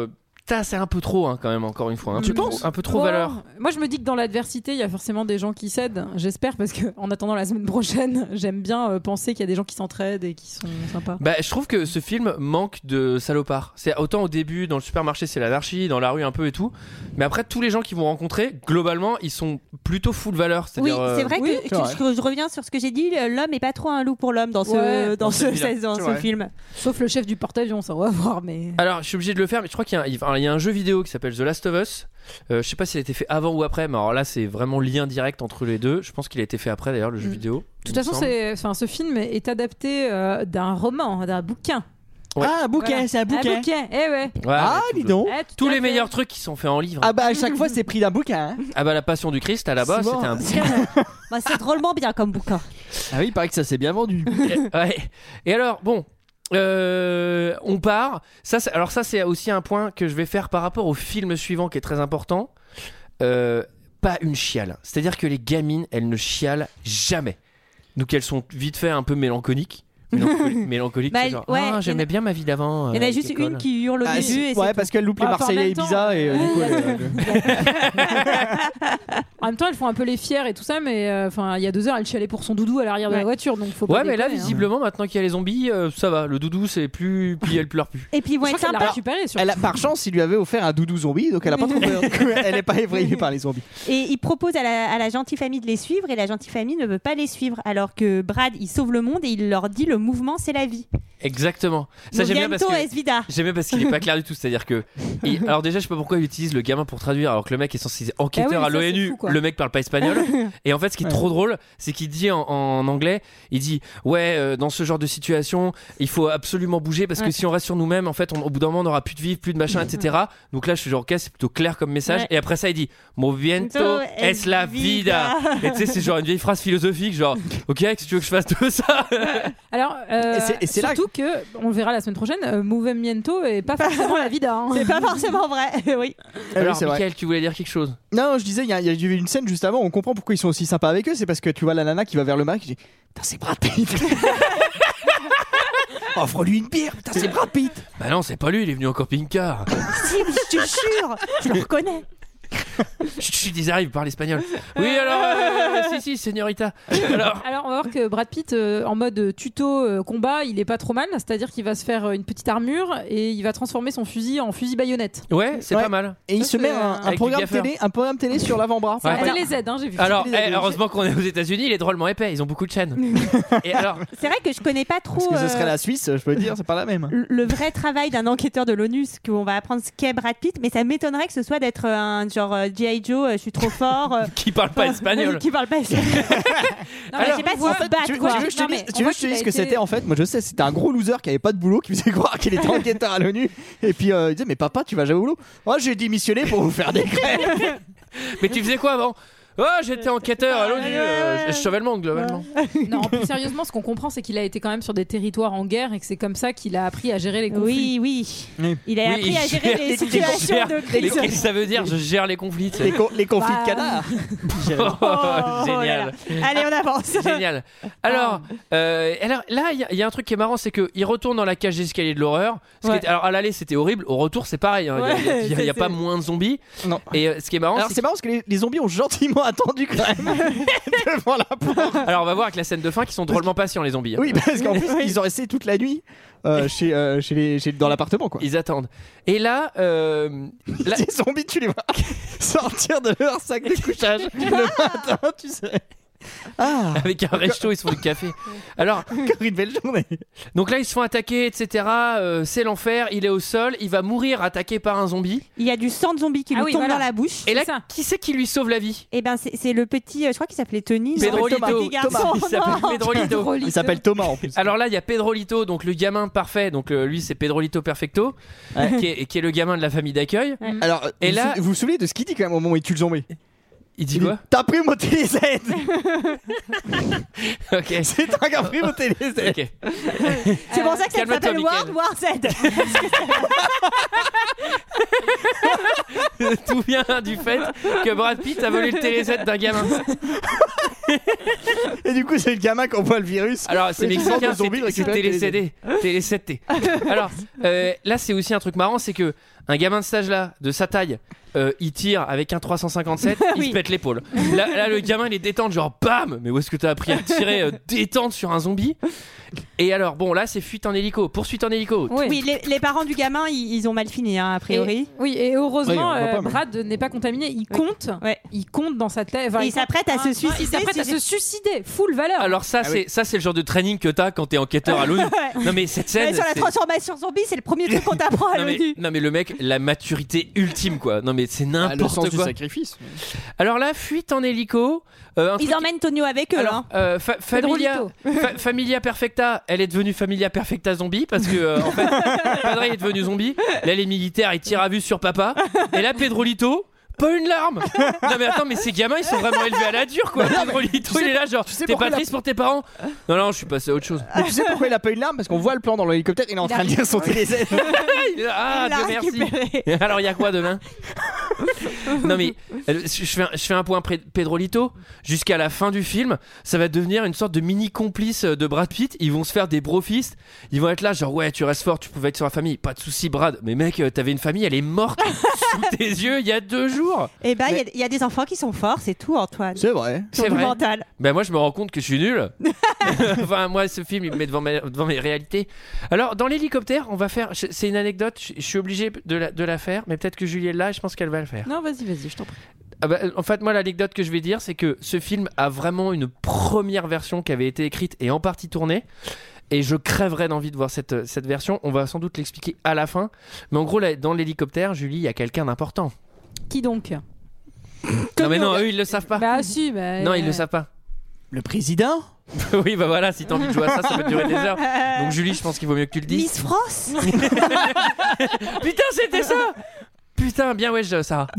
ça c'est un peu trop hein, quand même encore une fois. Un Tu peu penses trop, un peu trop Bon, valeur. Moi, je me dis que dans l'adversité, il y a forcément des gens qui cèdent. J'espère, parce que en attendant la semaine prochaine, j'aime bien euh, penser qu'il y a des gens qui s'entraident et qui sont sympas. Bah, je trouve que ce film manque de salopards. C'est autant au début dans le supermarché c'est l'anarchie, dans la rue un peu et tout, mais après tous les gens qu'ils vont rencontrer, globalement ils sont plutôt full valeur. Oui, C'est-à-dire, euh, c'est vrai oui, que, c'est que vrai. Je, je reviens sur ce que j'ai dit. L'homme est pas trop un loup pour l'homme dans ce Ouais. dans Dans ce, celui-là. dans C'est ce vrai. film. Sauf le chef du porte-avions, ça on va voir, mais. Alors, je suis obligé de le faire, mais je crois qu'il y a, un- il enfin, il y a un jeu vidéo qui s'appelle The Last of Us. Euh, je sais pas s'il a été fait avant ou après, mais alors là, c'est vraiment lien direct entre les deux. Je pense qu'il a été fait après d'ailleurs, le jeu Mm. vidéo. De toute il me façon, semble. c'est, enfin, ce film est adapté euh, d'un roman, d'un bouquin. Ouais. Ah, un bouquin, Voilà. c'est un bouquin. Un bouquin, eh ouais. Ouais, Ah, mais dis tout- donc. Eh, tout Tous à les fait. meilleurs trucs qui sont faits en livre. Ah bah à chaque fois c'est pris d'un bouquin. Hein. Ah bah, la Passion du Christ, à la base, Souvent. c'était un bouquin. Bah, c'est drôlement bien comme bouquin. Ah oui, il paraît que ça s'est bien vendu. Ouais. Et alors, bon, euh, on part. Ça, c'est- alors ça, c'est aussi un point que je vais faire par rapport au film suivant qui est très important. Euh, pas une chiale. C'est-à-dire que les gamines, elles ne chialent jamais. Donc elles sont vite fait un peu mélancoliques. Mélancoli- mélancoliques, Bah, c'est genre, ouais, ah, y en j'aimais a- bien ma vie d'avant. Il y en a euh, juste l'école. une qui hurle au Ah, début si. et c'est Ouais, tout. parce qu'elle loupe les Ah, enfin, en Marseillais et même temps, Ibiza et euh, du coup, euh, elle- En même temps, elles font un peu les fières et tout ça, mais euh, enfin, il y a deux heures, elle chialait pour son doudou à l'arrière de Ouais. la voiture, donc faut pas Ouais, mais là, déconner, hein. visiblement, maintenant qu'il y a les zombies, euh, ça va. Le doudou, c'est plus. Puis elle pleure plus. Et puis ils vont Je être crois qu'elle l'a sympas. récupéré sur. elle a, par chance, il lui avait offert un doudou zombie, donc elle a pas trop peur. Elle est pas effrayée par les zombies. Et il propose à la, à la gentille famille de les suivre et la gentille famille ne veut pas les suivre. Alors que Brad, il sauve le monde et il leur dit le mouvement c'est la vie. Exactement. Ça, j'aime bien parce Moviento que. es vida. J'aime bien parce qu'il est pas clair du tout, c'est-à-dire que. il- alors déjà, je sais pas pourquoi il utilise le gamin pour traduire, alors que le mec est censé être enquêteur Ah oui, à ça, c'est l'ONU. fou, quoi. Le mec parle pas espagnol. Et en fait, ce qui est Ouais. trop drôle, c'est qu'il dit en, en anglais, il dit ouais, euh, dans ce genre de situation, il faut absolument bouger parce que Ouais. si on reste sur nous-mêmes, en fait, on- au bout d'un moment, on n'aura plus de vivre, plus de machin, et cetera. Donc là, je suis genre ok, c'est plutôt clair comme message. Ouais. Et après ça, il dit Moviento Moviento es es la vida. vida. Et tu sais, c'est genre une vieille phrase philosophique, genre ok, qu'est-ce que tu veux que je fasse de ça? Alors, euh, Et c'est- et c'est là surtout que, on le verra la semaine prochaine, euh, Movimiento est pas forcément la vida. hein. C'est pas forcément vrai. Oui. Ah oui, Alors, c'est vrai. Mickaël, tu voulais dire quelque chose? Non, je disais, il y a, il y a eu une scène juste avant, on comprend pourquoi ils sont aussi sympas avec eux, c'est parce que tu vois la nana qui va vers le mec qui dit putain, c'est Brad Pitt. Offre-lui une bière, putain, c'est Brad Pitt. Bah non, c'est pas lui, il est venu en camping-car. Si, mais je te jure, je le reconnais. Chut, chut, ils arrivent, parle espagnol. Oui, alors, euh, si, si, señorita. Alors, Alors, on va voir que Brad Pitt, euh, en mode tuto euh, combat, il est pas trop mal. C'est-à-dire qu'il va se faire euh, une petite armure et il va transformer son fusil en fusil baïonnette. ouais, c'est Ouais. pas mal. Et il Ça, se c'est, met euh, un, un avec du programme gaffeur. télé, un programme télé sur l'avant-bras. Ouais. Avec Alors- les aides, hein, j'ai vu. Alors, les avions. eh, heureusement qu'on est aux États-Unis, il est drôlement épais, ils ont beaucoup de chaînes. Et alors, C'est vrai que je connais pas trop Parce que ce euh, serait la Suisse, je peux te dire, c'est pas la même. le- le vrai travail d'un enquêteur de l'ONU, ce qu'on va apprendre ce qu'est Brad Pitt, mais ça m'étonnerait que ce soit d'être un genre euh, G I. Joe, euh, je suis trop fort. euh, qui parle pas espagnol. qui parle pas espagnol. Non, Alors, mais je sais pas on si voit- on se bat, Tu veux, quoi. tu veux que je te Non, dise, mais tu on veux voit que je te qu'il a dise ce que été- c'était en fait? Moi je sais, c'était un gros loser qui avait pas de boulot, qui faisait croire qu'il était enquêteur à l'ONU. Et puis euh, il disait, mais papa, tu vas jamais au boulot? Oh, j'ai démissionné pour vous faire des crêpes. Mais tu faisais quoi avant? Oh, j'étais enquêteur à l'ONU, euh, je sauvais le monde globalement. Non, plus sérieusement, ce qu'on comprend, c'est qu'il a été quand même sur des territoires en guerre et que c'est comme ça qu'il a appris à gérer les conflits. Oui, oui. Oui. Il a Oui, appris il à gérer gère- les il situations gère- de Mais crise. qu'est-ce que ça veut dire? Je gère les conflits. tu sais. Les, co- les conflits Bah, de canards. Oh, génial. Allez, on avance. Génial. Alors, euh, alors là, il y, a- il y a un truc qui est marrant, c'est qu'il retourne dans la cage d'escalier de l'horreur. Ce qui Ouais. était- alors à l'aller, c'était horrible. Au retour, c'est pareil. hein. Il y a- il y a- Ouais, il y a, il y a c'est- pas c'est- moins de zombies. Non. Et euh, ce qui est marrant, Alors c'est c'est marrant parce que les, les zombies ont gentiment attendu quand même devant la porte. que- alors on va voir avec la scène de fin qui sont drôlement patients les zombies. hein. Oui, parce qu'en plus ils ont resté toute la nuit euh, chez, euh, chez les, chez- dans l'appartement quoi. Ils attendent. Et là, euh, là- Les zombies, tu les vois sortir de leur sac de couchage le matin, tu sais. Ah, avec un resto, ils se font du café. Alors, encore une belle journée. donc là, ils se font attaquer, et cetera. Euh, c'est l'enfer. Il est au sol. Il va mourir attaqué par un zombie. Il y a du sang de zombie qui Ah lui oui, tombe voilà. dans la bouche. Et là, C'est ça. qui c'est qui lui sauve la vie? Et ben c'est c'est le petit, euh, je crois qu'il s'appelait Tony. non Pedrolito. Petit garçon. Thomas. Il s'appelle Pedrolito. Il s'appelle Thomas en plus. Alors là, il y a Pedrolito, donc le gamin parfait. Donc euh, lui, c'est Pedrolito Perfecto, Ouais. qui, est, qui est le gamin de la famille d'accueil. Alors, Et vous, là- sou- vous vous souvenez de ce qu'il dit quand même au moment où il tue le zombie? Il dit Il dit, quoi? t'as pris mon télé Z. Ok. C'est toi qui as pris mon télé Z. Ok. C'est pour ça que ça Calme-toi, s'appelle Mickaël. World War Z. Tout vient du fait que Brad Pitt a volé le téléset d'un gamin. Et du coup, c'est le gamin qui envoie le virus. Alors c'est Mais tu sens mexicain, que le zombie c'est c'est récupère le télécédé, télécédé. Alors euh, là c'est aussi un truc marrant, c'est que Un gamin de cet âge-là, de sa taille, euh, il tire avec un trois cent cinquante-sept, il Oui. se pète l'épaule. Là, là, le gamin, il est détente, genre bam. Mais où est-ce que t'as appris à tirer euh, détente sur un zombie? Et alors, bon, là, c'est fuite en hélico, poursuite en hélico. Oui. Oui, les, les parents du gamin, ils, ils ont mal fini, hein, a priori. Et, oui, et Oui, heureusement, on voit pas, euh, mais- Brad n'est pas contaminé. Il Oui. compte, Ouais. il compte dans sa tête. Enfin, Et il compte- s'apprête à Ah, se ah, suicider, Il s'apprête à si se j'ai- suicider. Full valeur. Alors ça, Ah c'est oui. ça, c'est le genre de training que t'as quand t'es enquêteur à l'ONU. Ouais. Non mais cette Ouais, scène, sur la c'est- transformation zombie, c'est le premier truc qu'on t'apprend à non mais, l'ONU. non mais le mec, la maturité ultime quoi. Non mais c'est Ah, le n'importe sens du quoi. sacrifice. Alors là, fuite en hélico. euh, un Ils truc- emmènent Tonio avec eux. Alors, hein. euh, fa- Familia, fa- Familia Perfecta, elle est devenue Familia Perfecta zombie parce que euh, en fait, Padre est devenu zombie. Là, les militaires, ils tirent à vue sur papa. Et là, Pedrolito. Pas une larme. Non mais attends, mais ces gamins ils sont vraiment élevés à la dure quoi. Pedrolito tu sais- il est là genre tu sais t'es pourquoi pas la- triste pour tes parents? Non non, je suis passé à autre chose. Mais tu sais pourquoi il a pas eu de larme? Parce qu'on voit le plan dans l'hélicoptère, il est en Il train de a- dire sauter les ailes. Il est là, Ah Il l'a Dieu merci. récupéré. Alors il y a quoi demain? Non mais euh, je fais un, je fais un point près de Pedrolito. Jusqu'à la fin du film, ça va devenir une sorte de mini complice de Brad Pitt. Ils vont se faire des brofists. Ils vont être là genre ouais tu restes fort, tu pouvais être sur la famille. Pas de souci Brad. Mais mec euh, t'avais une famille, elle est morte sous tes yeux il y a deux jours. Et bah, il Mais- y a- il y, a des enfants qui sont forts, c'est tout, Antoine. C'est vrai. Sur C'est le vrai. mental. Ben moi je me rends compte que je suis nul. Enfin moi ce film il me met devant, ma- devant mes réalités. Alors dans l'hélicoptère on va faire, je- c'est une anecdote, je, je suis obligé de la, de la faire, mais peut-être que Julie est là et je pense qu'elle va le faire. Non, vas-y, vas-y, je t'en prie. Ah bah, en fait moi l'anecdote que je vais dire c'est que ce film a vraiment une première version qui avait été écrite et en partie tournée. Et je crèverais d'envie de voir cette, cette version. On va sans doute l'expliquer à la fin. Mais en gros là, dans l'hélicoptère, Julie, il y a quelqu'un d'important. Qui donc? Non mais non, eux ils le savent pas. Bah si, bah. Non ils euh, le savent pas. Le président? Oui bah voilà, si t'as envie de jouer à ça, ça peut durer des heures. Donc Julie, je pense qu'il vaut mieux que tu le dises. Miss France. Putain, c'était ça. Putain, bien ouais, Sarah.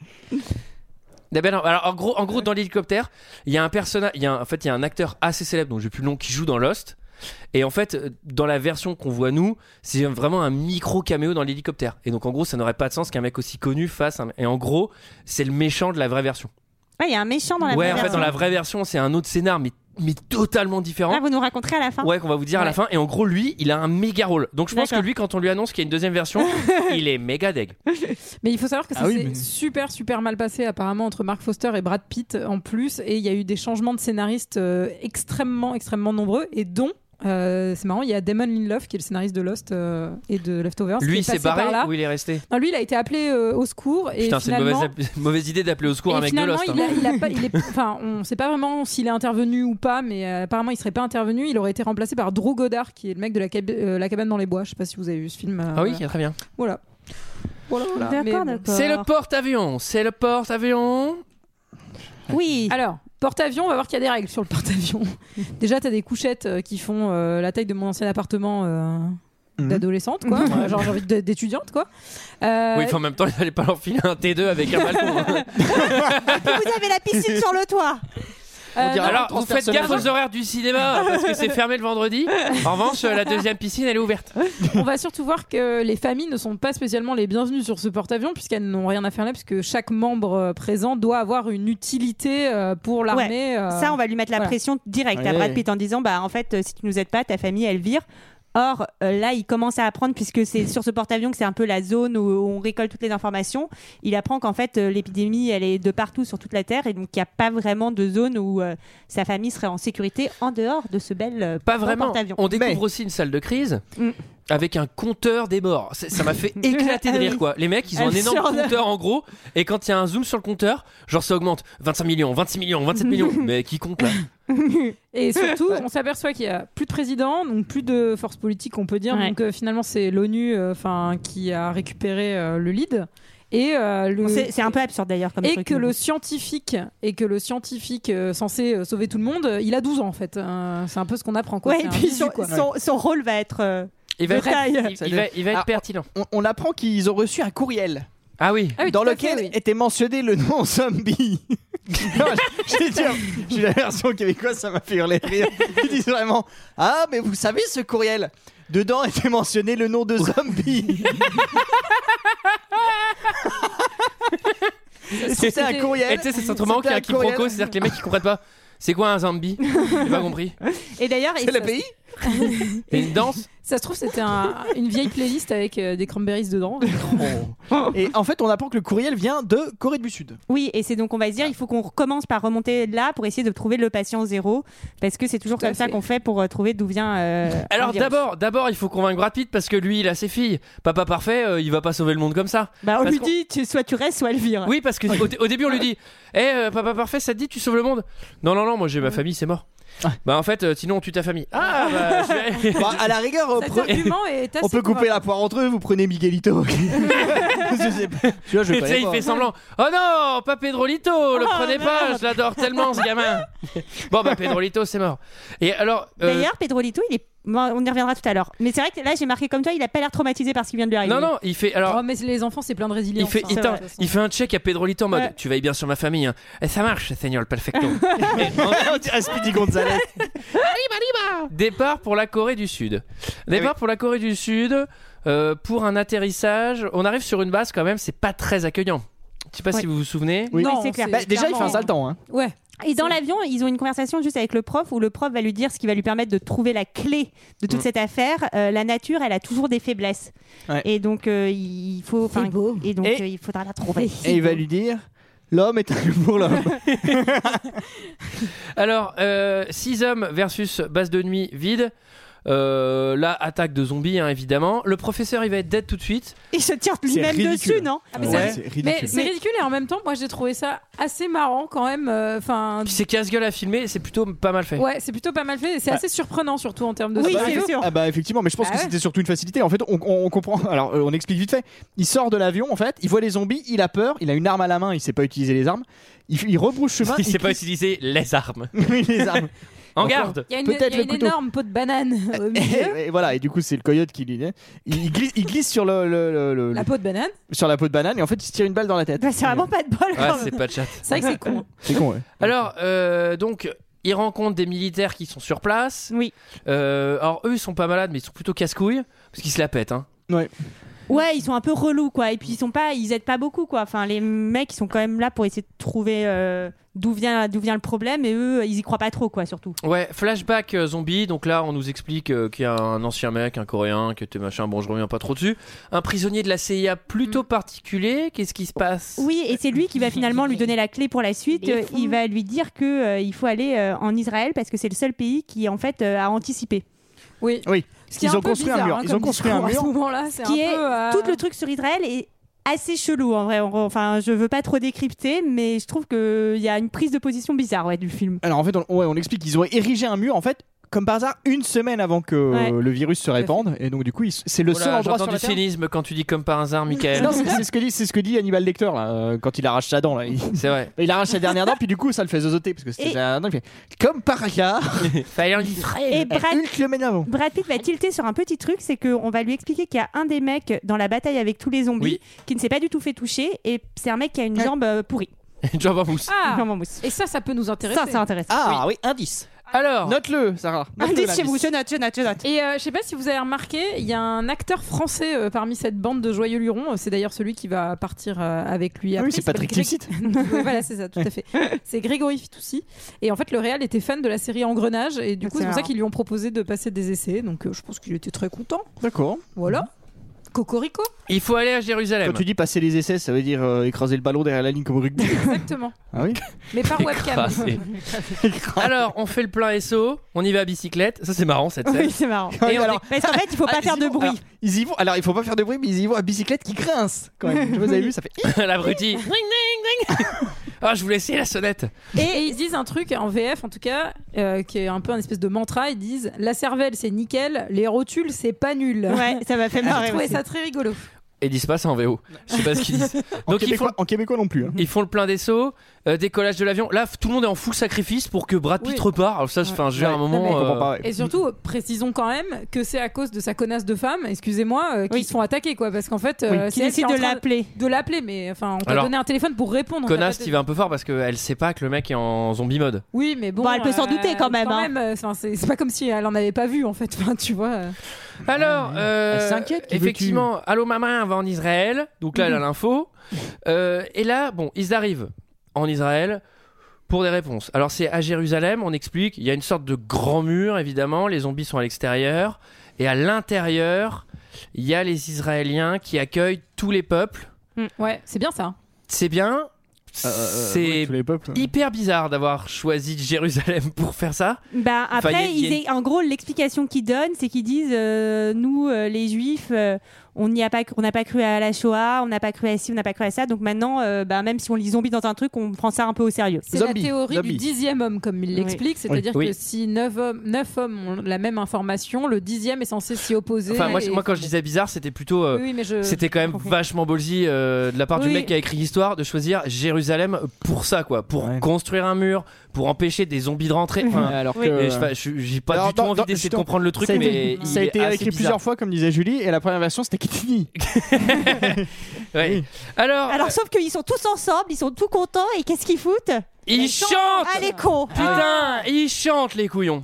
Eh ben non, alors en gros, en gros dans l'hélicoptère, il y a un personnage, il y a un- en fait, il y a un acteur assez célèbre, dont j'ai plus le nom, qui joue dans Lost. Et en fait, euh, dans la version qu'on voit nous, c'est vraiment un micro caméo dans l'hélicoptère. Et donc en gros, ça n'aurait pas de sens qu'un mec aussi connu fasse. Un... Et en gros, c'est le méchant de la vraie version. Ouais, il y a un méchant dans la ouais, vraie en fait, version. dans la vraie version, c'est un autre scénar, mais mais totalement différent. Là, vous nous raconterez à la fin. Ouais, qu'on va vous dire à la Ouais. fin. Et en gros, lui, il a un méga rôle. Donc je pense que D'accord. lui, quand on lui annonce qu'il y a une deuxième version, il est méga deg. Mais il faut savoir que ça Ah oui, s'est mais- super super mal passé apparemment entre Mark Foster et Brad Pitt en plus, et il y a eu des changements de scénaristes euh, extrêmement extrêmement nombreux, et dont euh, c'est marrant, il y a Damon Lindelof qui est le scénariste de Lost euh, et de Leftovers. qui Lui, est il s'est passé barré par là. ou il est resté? Non, lui, il a été appelé euh, au secours, et Putain, c'est une finalement, mauvaise, mauvaise idée d'appeler au secours et un mec de finalement, Lost. hein. il a, il a pas, il est, enfin, on sait pas vraiment s'il est intervenu ou pas, mais euh, apparemment, il serait pas intervenu. Il aurait été remplacé par Drew Goddard, qui est le mec de la, cab- euh, la cabane dans les bois. Je sais pas si vous avez vu ce film. euh, Ah oui, voilà. très bien. Voilà. Voilà, voilà. D'accord, Mais bon. d'accord. C'est le porte-avions. C'est le porte-avions. Oui. Alors, porte-avions, on va voir qu'il y a des règles sur le porte-avions. Déjà, t'as des couchettes euh, qui font euh, la taille de mon ancien appartement euh, Mhm. d'adolescente, quoi. Euh, Genre, j'ai envie de- d'étudiante, quoi. Euh, Oui, enfin, en même temps, il fallait pas leur filer un T deux avec un balcon. hein. Vous avez la piscine sur le toit. euh, dirait non, Alors, vous transfert faites gaffe semaine. aux horaires du cinéma parce que c'est fermé le vendredi. En revanche, la deuxième piscine, elle est ouverte. on va surtout voir que les familles ne sont pas spécialement les bienvenues sur ce porte-avions, puisqu'elles n'ont rien à faire là, puisque chaque membre euh, présent doit avoir une utilité euh, pour l'armée. euh, Ça, on va lui mettre la voilà. pression directe à Ouais. Brad Pitt en disant bah en fait euh, si tu nous aides pas, ta famille elle vire. Or euh, là, il commence à apprendre, puisque c'est sur ce porte-avions que c'est un peu la zone où on récolte toutes les informations. Il apprend qu'en fait euh, l'épidémie elle est de partout sur toute la terre, et donc il n'y a pas vraiment de zone où euh, sa famille serait en sécurité en dehors de ce bel euh, Pas bon vraiment. porte-avions. On découvre Mais- aussi une salle de crise Mm. avec un compteur des morts. C'est- Ça m'a fait éclater de Ah oui. rire, quoi. Les mecs, ils ont un énorme Absurde. compteur en gros, et quand il y a un zoom sur le compteur, genre ça augmente vingt-cinq millions, vingt-six millions, vingt-sept millions. Mais qui compte là? Et surtout, on s'aperçoit qu'il y a plus de président, donc plus de force politique, on peut dire. Ouais. Donc euh, finalement, c'est l'ONU, euh, enfin, qui a récupéré euh, le lead. Et euh, le. Bon, c'est c'est un peu absurde d'ailleurs comme et truc. que mais le bon. scientifique et que le scientifique euh, censé euh, sauver tout le monde, euh, il a douze ans en fait. Euh, c'est un peu ce qu'on apprend, quoi. Ouais, C'est et un puis visu, son, quoi. son, son rôle va être euh, Il va de être, taille. il, il va, il va être Ah, pertinent. On, on apprend qu'ils ont reçu un courriel Ah oui. Ah oui, dans tout à lequel fait, oui. était mentionné le nom zombie. Non, j'ai dit, j'ai la version québécoise, ça m'a fait hurler de rire. Ils disent vraiment ah, mais vous savez ce courriel, dedans était mentionné le nom de zombie. Et C'était un C'était- courriel. Et tu sais, c'est simplement qu'il y a un C'était un courriel. quiproquo, c'est-à-dire que les mecs ils comprennent pas. C'est quoi un zombie? J'ai pas compris. Et d'ailleurs, C'est il- le pays. Et une danse. Ça se trouve, c'était un- une vieille playlist avec euh, des cranberries dedans. Et en fait, on apprend que le courriel vient de Corée du Sud. Oui, et c'est donc on va se dire, il faut qu'on recommence par remonter là pour essayer de trouver le patient zéro, parce que c'est toujours Tout à comme ça fait. qu'on fait pour euh, trouver d'où vient. euh, Alors un virus. d'abord, d'abord, il faut convaincre Brad Pitt parce que lui, il a ses filles. Papa parfait, euh, il va pas sauver le monde comme ça. Bah, on Parce lui qu'on- dit, tu, soit tu restes, soit elle vire. Oui, parce que au, dé- au début, on lui dit, eh, euh, papa parfait, ça te dit, tu sauves le monde. Non, non, non, moi j'ai ma famille, c'est mort. Bah en fait, euh, sinon on tue ta famille. Ah, bah, je vais- Bah, à la rigueur, euh, Cet pre- argument est assez on peut couper convaincant. la poire entre eux. Vous prenez Miguelito. je sais pas. Celui-là, je Tu connais sais, il pas. fait semblant. Oh non, pas Pedrolito, le Oh, prenez pas, merde. je l'adore tellement ce gamin. Bon, bah Pedrolito, c'est mort. Et alors. euh, D'ailleurs, Pedrolito, il est. Bon, on y reviendra tout à l'heure. Mais c'est vrai que là, j'ai marqué comme toi, il a pas l'air traumatisé par ce qui vient de lui arriver. Non, non, il fait. Alors. Oh, mais les enfants, c'est plein de résilience. Il fait, hein, il, de attends, toute façon. il fait un check à Pedrolito en mode Ouais. tu veilles bien sur ma famille hein. Et ça marche señor perfecto. Et en- On dirait Speedy Gonzalez. Départ pour la Corée du Sud. Départ pour la Corée du Sud euh, pour un atterrissage. On arrive sur une base quand même, c'est pas très accueillant. Je sais pas Ouais. si vous vous souvenez. Oui. Oui, c'est clair. Bah, déjà, il fait un clairement- sale temps. Hein. Ouais. Et dans C'est- l'avion, ils ont une conversation juste avec le prof où le prof va lui dire ce qui va lui permettre de trouver la clé de toute Mm. cette affaire. Euh, la nature, elle a toujours des faiblesses. Ouais. Et donc, euh, il faut. enfin, beau. Et donc, Et- euh, il faudra la trouver. Et il va lui dire l'homme est un pour l'homme. Alors, euh, six hommes versus base de nuit vide. Euh, là, attaque de zombies, hein, évidemment. Le professeur, il va être dead tout de suite. Il se tire C'est lui-même ridicule. dessus, non Ah, mais Ouais. ça- C'est ridicule. Mais c'est ridicule et en même temps, moi j'ai trouvé ça assez marrant quand même. Enfin, Puis c'est casse-gueule à filmer, c'est plutôt pas mal fait. ouais, c'est plutôt pas mal fait. et C'est Ah. assez surprenant surtout en termes de Oui, scénario. c'est sûr. Ah bah effectivement, mais je pense Ah que ouais. c'était surtout une facilité. En fait, on, on- on comprend. Alors, euh, on explique vite fait. Il sort de l'avion, en fait, il voit les zombies, il a peur, il a une arme à la main, il sait pas utiliser les armes. Il, il rebrousse chemin. Il sait pas glisse- utiliser les armes. Oui, les armes. En Encore. garde. Il y a une, Peut-être il y a le une couteau. énorme peau de banane au milieu. Et, et voilà, et du coup, c'est le coyote qui lui dit. Il, il glisse, il glisse sur, le, le- le- le- La peau de banane. sur la peau de banane et en fait, il se tire une balle dans la tête. Bah, c'est vraiment pas de bol. Ouais, quand c'est même. pas de chat. C'est vrai que c'est con. hein. C'est con, ouais. Alors, euh, donc, ils rencontrent des militaires qui sont sur place. Oui. Euh, alors, eux, ils sont pas malades, mais ils sont plutôt casse-couilles. Parce qu'ils se la pètent. Hein. Ouais. Ouais, ils sont un peu relous, quoi. Et puis ils sont pas, ils aident pas beaucoup, quoi. Enfin, les mecs, ils sont quand même là pour essayer de trouver euh, d'où vient, d'où vient le problème, et eux, ils y croient pas trop, quoi, surtout. Ouais, flashback euh, zombie. Donc là, on nous explique euh, qu'il y a un ancien mec, un coréen, qui était machin. Bon, je reviens pas trop dessus. Un prisonnier de la C I A plutôt particulier. Qu'est-ce qui se passe? Oui, et c'est lui qui va finalement lui donner la clé pour la suite. Il est Euh, fou. Il va lui dire que euh, il faut aller euh, en Israël parce que c'est le seul pays qui, en fait, euh, a anticipé. Oui. Oui. Ce qui est Ils un ont peu construit un bizarre, mur. hein, Ils ont comme construit un discours mur. À ce moment-là, c'est Qui un est peu, euh, tout le truc sur Israël est assez chelou, en vrai. En- Enfin, je veux pas trop décrypter, mais je trouve qu'il y a une prise de position bizarre, ouais, du film. Alors en fait, on, ouais, on explique qu'ils ont érigé un mur en fait. Comme par hasard, une semaine avant que Ouais. euh, le virus se répande, et donc du coup, ils- c'est le seul Voilà, endroit j'entends sur la du Terre. cynisme quand tu dis comme par hasard, Michael. Non, c'est c'est ce que dit, c'est ce que dit Hannibal Lecter là, euh, quand il arrache sa dent là. Il, C'est vrai. il arrache sa dernière dent, puis du coup, ça le fait zozoter parce que c'était Et- sa dernière dent. Il fait comme par hasard, Fallait en Israël. Et Brad, une kilomètre avant. Brad Pitt va tilter sur un petit truc, c'est qu'on va lui expliquer qu'il y a un des mecs dans la bataille avec tous les zombies Oui. qui ne s'est pas du tout fait toucher, et c'est un mec qui a une Ouais. jambe euh, pourrie. Une jambe en mousse. Ah, Une jambe en mousse. et ça, ça peut nous intéresser. Ça, c'est intéressant. Ah oui, indice. Alors, Note-le, Sarah. Note-le, Indice chez l'indice. vous, je note, je note, je note. Et euh, je sais pas si vous avez remarqué, il y a un acteur français euh, parmi cette bande de joyeux lurons. C'est d'ailleurs celui qui va partir euh, avec lui Ah après. oui, c'est Il s'appelle Patrick Grég- Timsit. Ouais, voilà, c'est ça, tout à fait. C'est Grégory Fitoussi. Et en fait, le réal était fan de la série Engrenage. Et du Ah, coup, c'est c'est pour ça marrant. qu'ils lui ont proposé de passer des essais. Donc, euh, je pense qu'il était très content. D'accord. Voilà. Cocorico. il faut aller à Jérusalem. Quand tu dis passer les essais, ça veut dire euh, écraser le ballon derrière la ligne comme au rugby. Exactement. Ah oui. Mais par webcam. Écrasé. Alors, on fait le plein S O, on y va à bicyclette. Ça, c'est marrant cette scène. Oui, c'est marrant. Et Et on alors, Parce qu'en fait, il faut pas ah, faire ils y de vont- bruit. Alors, ils y vont. Alors, il faut pas faire de bruit, mais ils y vont à bicyclette qui grince quand même. Vous avez vu, ça fait. L'abruti. Ding, ding, ding. Ah, je voulais essayer la sonnette. Et ils disent un truc en V F en tout cas, euh, qui est un peu un espèce de mantra. Ils disent la cervelle c'est nickel, les rotules c'est pas nul. Ouais, ça m'a fait J'ai marrer trouvé aussi. ça très rigolo. Et ils disent pas ça en V O. Je sais pas ce qu'ils disent. En Donc, ils font, québécois, en québécois non plus. hein. ils font le plein d'S O, euh, décollage de l'avion. Là, f- tout le monde est en full sacrifice pour que Brad Pitt Oui. repart. Alors, ça, enfin, je veux dire, à un Ouais. moment. Non, mais- Je comprends euh, pas, ouais. Et surtout, précisons quand même que c'est à cause de sa connasse de femme, excusez-moi, euh, qu'ils Oui. se font attaquer quoi, parce qu'en fait, euh, Qui c'est elle décide qui est de en train l'appeler. de l'appeler, mais enfin, on t'a Alors, donné un téléphone pour répondre. on t'a Connasse pas qui va un peu fort parce qu'elle sait pas que le mec est en zombie mode. Oui, mais bon. Bon, elle peut s'en douter quand même, hein. euh, enfin, c'est c'est pas comme si elle en avait pas vu en fait. Enfin, tu vois. euh. Alors, euh, Elle s'inquiète, qui effectivement, allô maman, on va en Israël. Donc là, elle a l'info. Euh, et là, bon, ils arrivent en Israël. pour des réponses. Alors c'est à Jérusalem, on explique, il y a une sorte de grand mur évidemment, les zombies sont à l'extérieur et à l'intérieur, il y a les Israéliens qui accueillent tous les peuples. Mm. Ouais, c'est bien ça. C'est bien. Euh, euh, c'est oui, tous les peuples. hyper bizarre d'avoir choisi Jérusalem pour faire ça. Bah, après, Enfin, y a- y a ils est- en gros, l'explication qu'ils donnent, c'est qu'ils disent euh, nous, euh, les Juifs, euh, on n'y a pas, on n'a pas cru à la Shoah, on n'a pas cru à ci, on n'a pas cru à ça. Donc maintenant, euh, bah, même si on lit zombie dans un truc, on prend ça un peu au sérieux. C'est Zombie, la théorie zombie. du dixième homme, comme il l'explique. C'est-à-dire Oui. que si neuf hommes, neuf hommes ont la même information, le dixième est censé s'y opposer. Enfin moi, et- moi quand je disais bizarre, c'était plutôt euh, Oui, oui, mais je... c'était quand même compris. vachement ballsy euh, de la part du Oui. mec qui a écrit l'histoire de choisir Jérusalem pour ça quoi, pour Ouais. construire un mur, pour empêcher des zombies de rentrer. Enfin, Alors Oui. que et je- je- j'ai pas Alors, du tout dans- envie dans- d'essayer de justement, comprendre le truc, ça a mais été, il ça a est été assez écrit bizarre. plusieurs fois, comme disait Julie, et la première version c'était Kitty. Ouais. Oui. Alors, Alors, sauf qu'ils sont tous ensemble, ils sont tous contents, et qu'est-ce qu'ils foutent? ils chantent. Ah, les cons! Putain, ils chantent les couillons.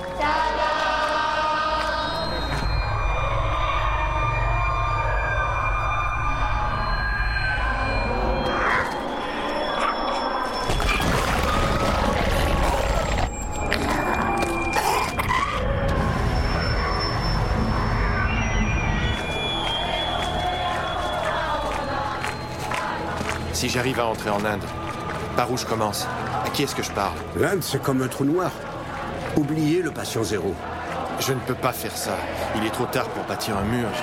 Si j'arrive à entrer en Inde, par où je commence? À qui est-ce que je parle? L'Inde, c'est comme un trou noir. Oubliez le patient zéro. Je ne peux pas faire ça. Il est trop tard pour bâtir un mur.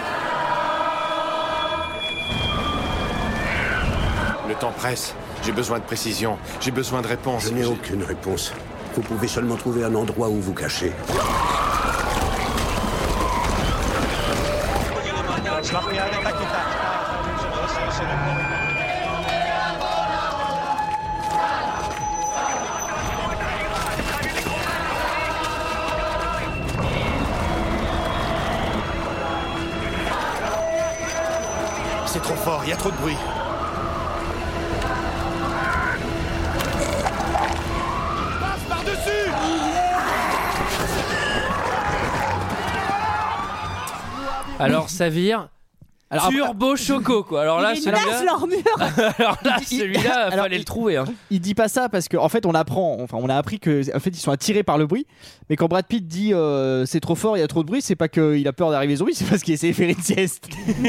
Le temps presse. J'ai besoin de précision. J'ai besoin de réponses. Je n'ai J'ai- aucune réponse. Vous pouvez seulement trouver un endroit où vous cacher. C'est trop fort. Il y a trop de bruit. Passe par-dessus! Alors ça vire. Alors, après- Turbo Choco quoi. Alors là Ils celui-là, menacent leur mur! alors là celui-là, Alors, fallait il- le trouver. Hein. Il dit pas ça parce qu'en en fait on apprend, enfin on a appris que en fait ils sont attirés par le bruit. Mais quand Brad Pitt dit euh, c'est trop fort, il y a trop de bruit, c'est pas qu'il a peur d'arriver zombie, c'est parce qu'il essaie de faire une sieste.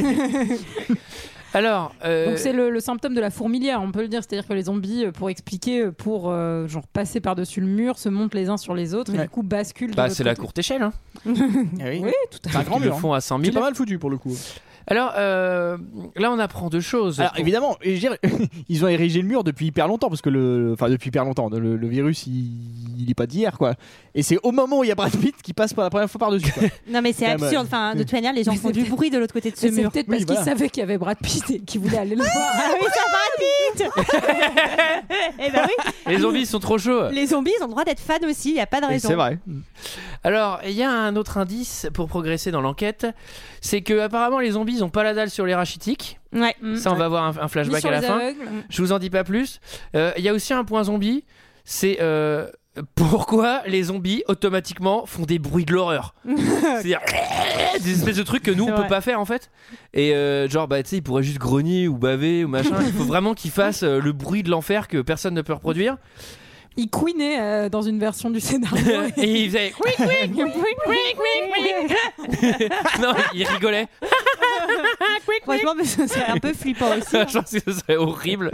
Alors, euh, Donc c'est le, le symptôme de la fourmilière, on peut le dire. C'est-à-dire que les zombies, euh, pour expliquer, euh, pour euh, genre passer par-dessus le mur, se montent les uns sur les autres et Ouais. du coup basculent. de bah, l'autre c'est la côté. courte échelle. Hein. oui, Oui, tout à c'est un fait. grand Ils le mur. font à cent C'est mille. pas mal foutu pour le coup. Alors euh, là, on apprend deux choses. Alors Pour- évidemment, et je veux dire, ils ont érigé le mur depuis hyper longtemps parce que le, enfin depuis hyper longtemps, le, le virus il, il est pas d'hier quoi. Et c'est au moment où il y a Brad Pitt qui passe pour la première fois par dessus. Non, mais c'est Quand même, absurde. Enfin, de toute manière, les gens Mais font du c'était- bruit de l'autre côté de ce Mais c'est mur. peut-être Oui, parce voilà. qu'ils savaient qu'il y avait Brad Pitt et qu'ils voulaient aller le voir. Ah oui, ça Brad Pitt! Eh ben oui, Les zombies sont trop chauds. les zombies ils ont le droit d'être fans aussi, il n'y a pas de raison. C'est vrai. Alors, il y a un autre indice pour progresser dans l'enquête, c'est que apparemment les zombies ils ont pas la dalle sur les rachitiques. Ouais. Ça, on va voir un, un Ni flashback sur à la les fin. aveugles. Je vous en dis pas plus. Euh, Il y a aussi un point zombie, c'est euh, pourquoi les zombies automatiquement font des bruits de l'horreur. C'est-à-dire des espèces de trucs que nous C'est on peut vrai. pas faire en fait. Et euh, genre bah tu sais ils pourraient juste grogner ou baver ou machin. Il faut vraiment qu'ils fassent euh, le bruit de l'enfer que personne ne peut reproduire. Il couinait euh, dans une version du scénario. Et ils faisaient quick quick quick quick quick quick. Non, ils rigolaient. Franchement, mais ce serait un peu flippant aussi. Je pense que ce serait horrible.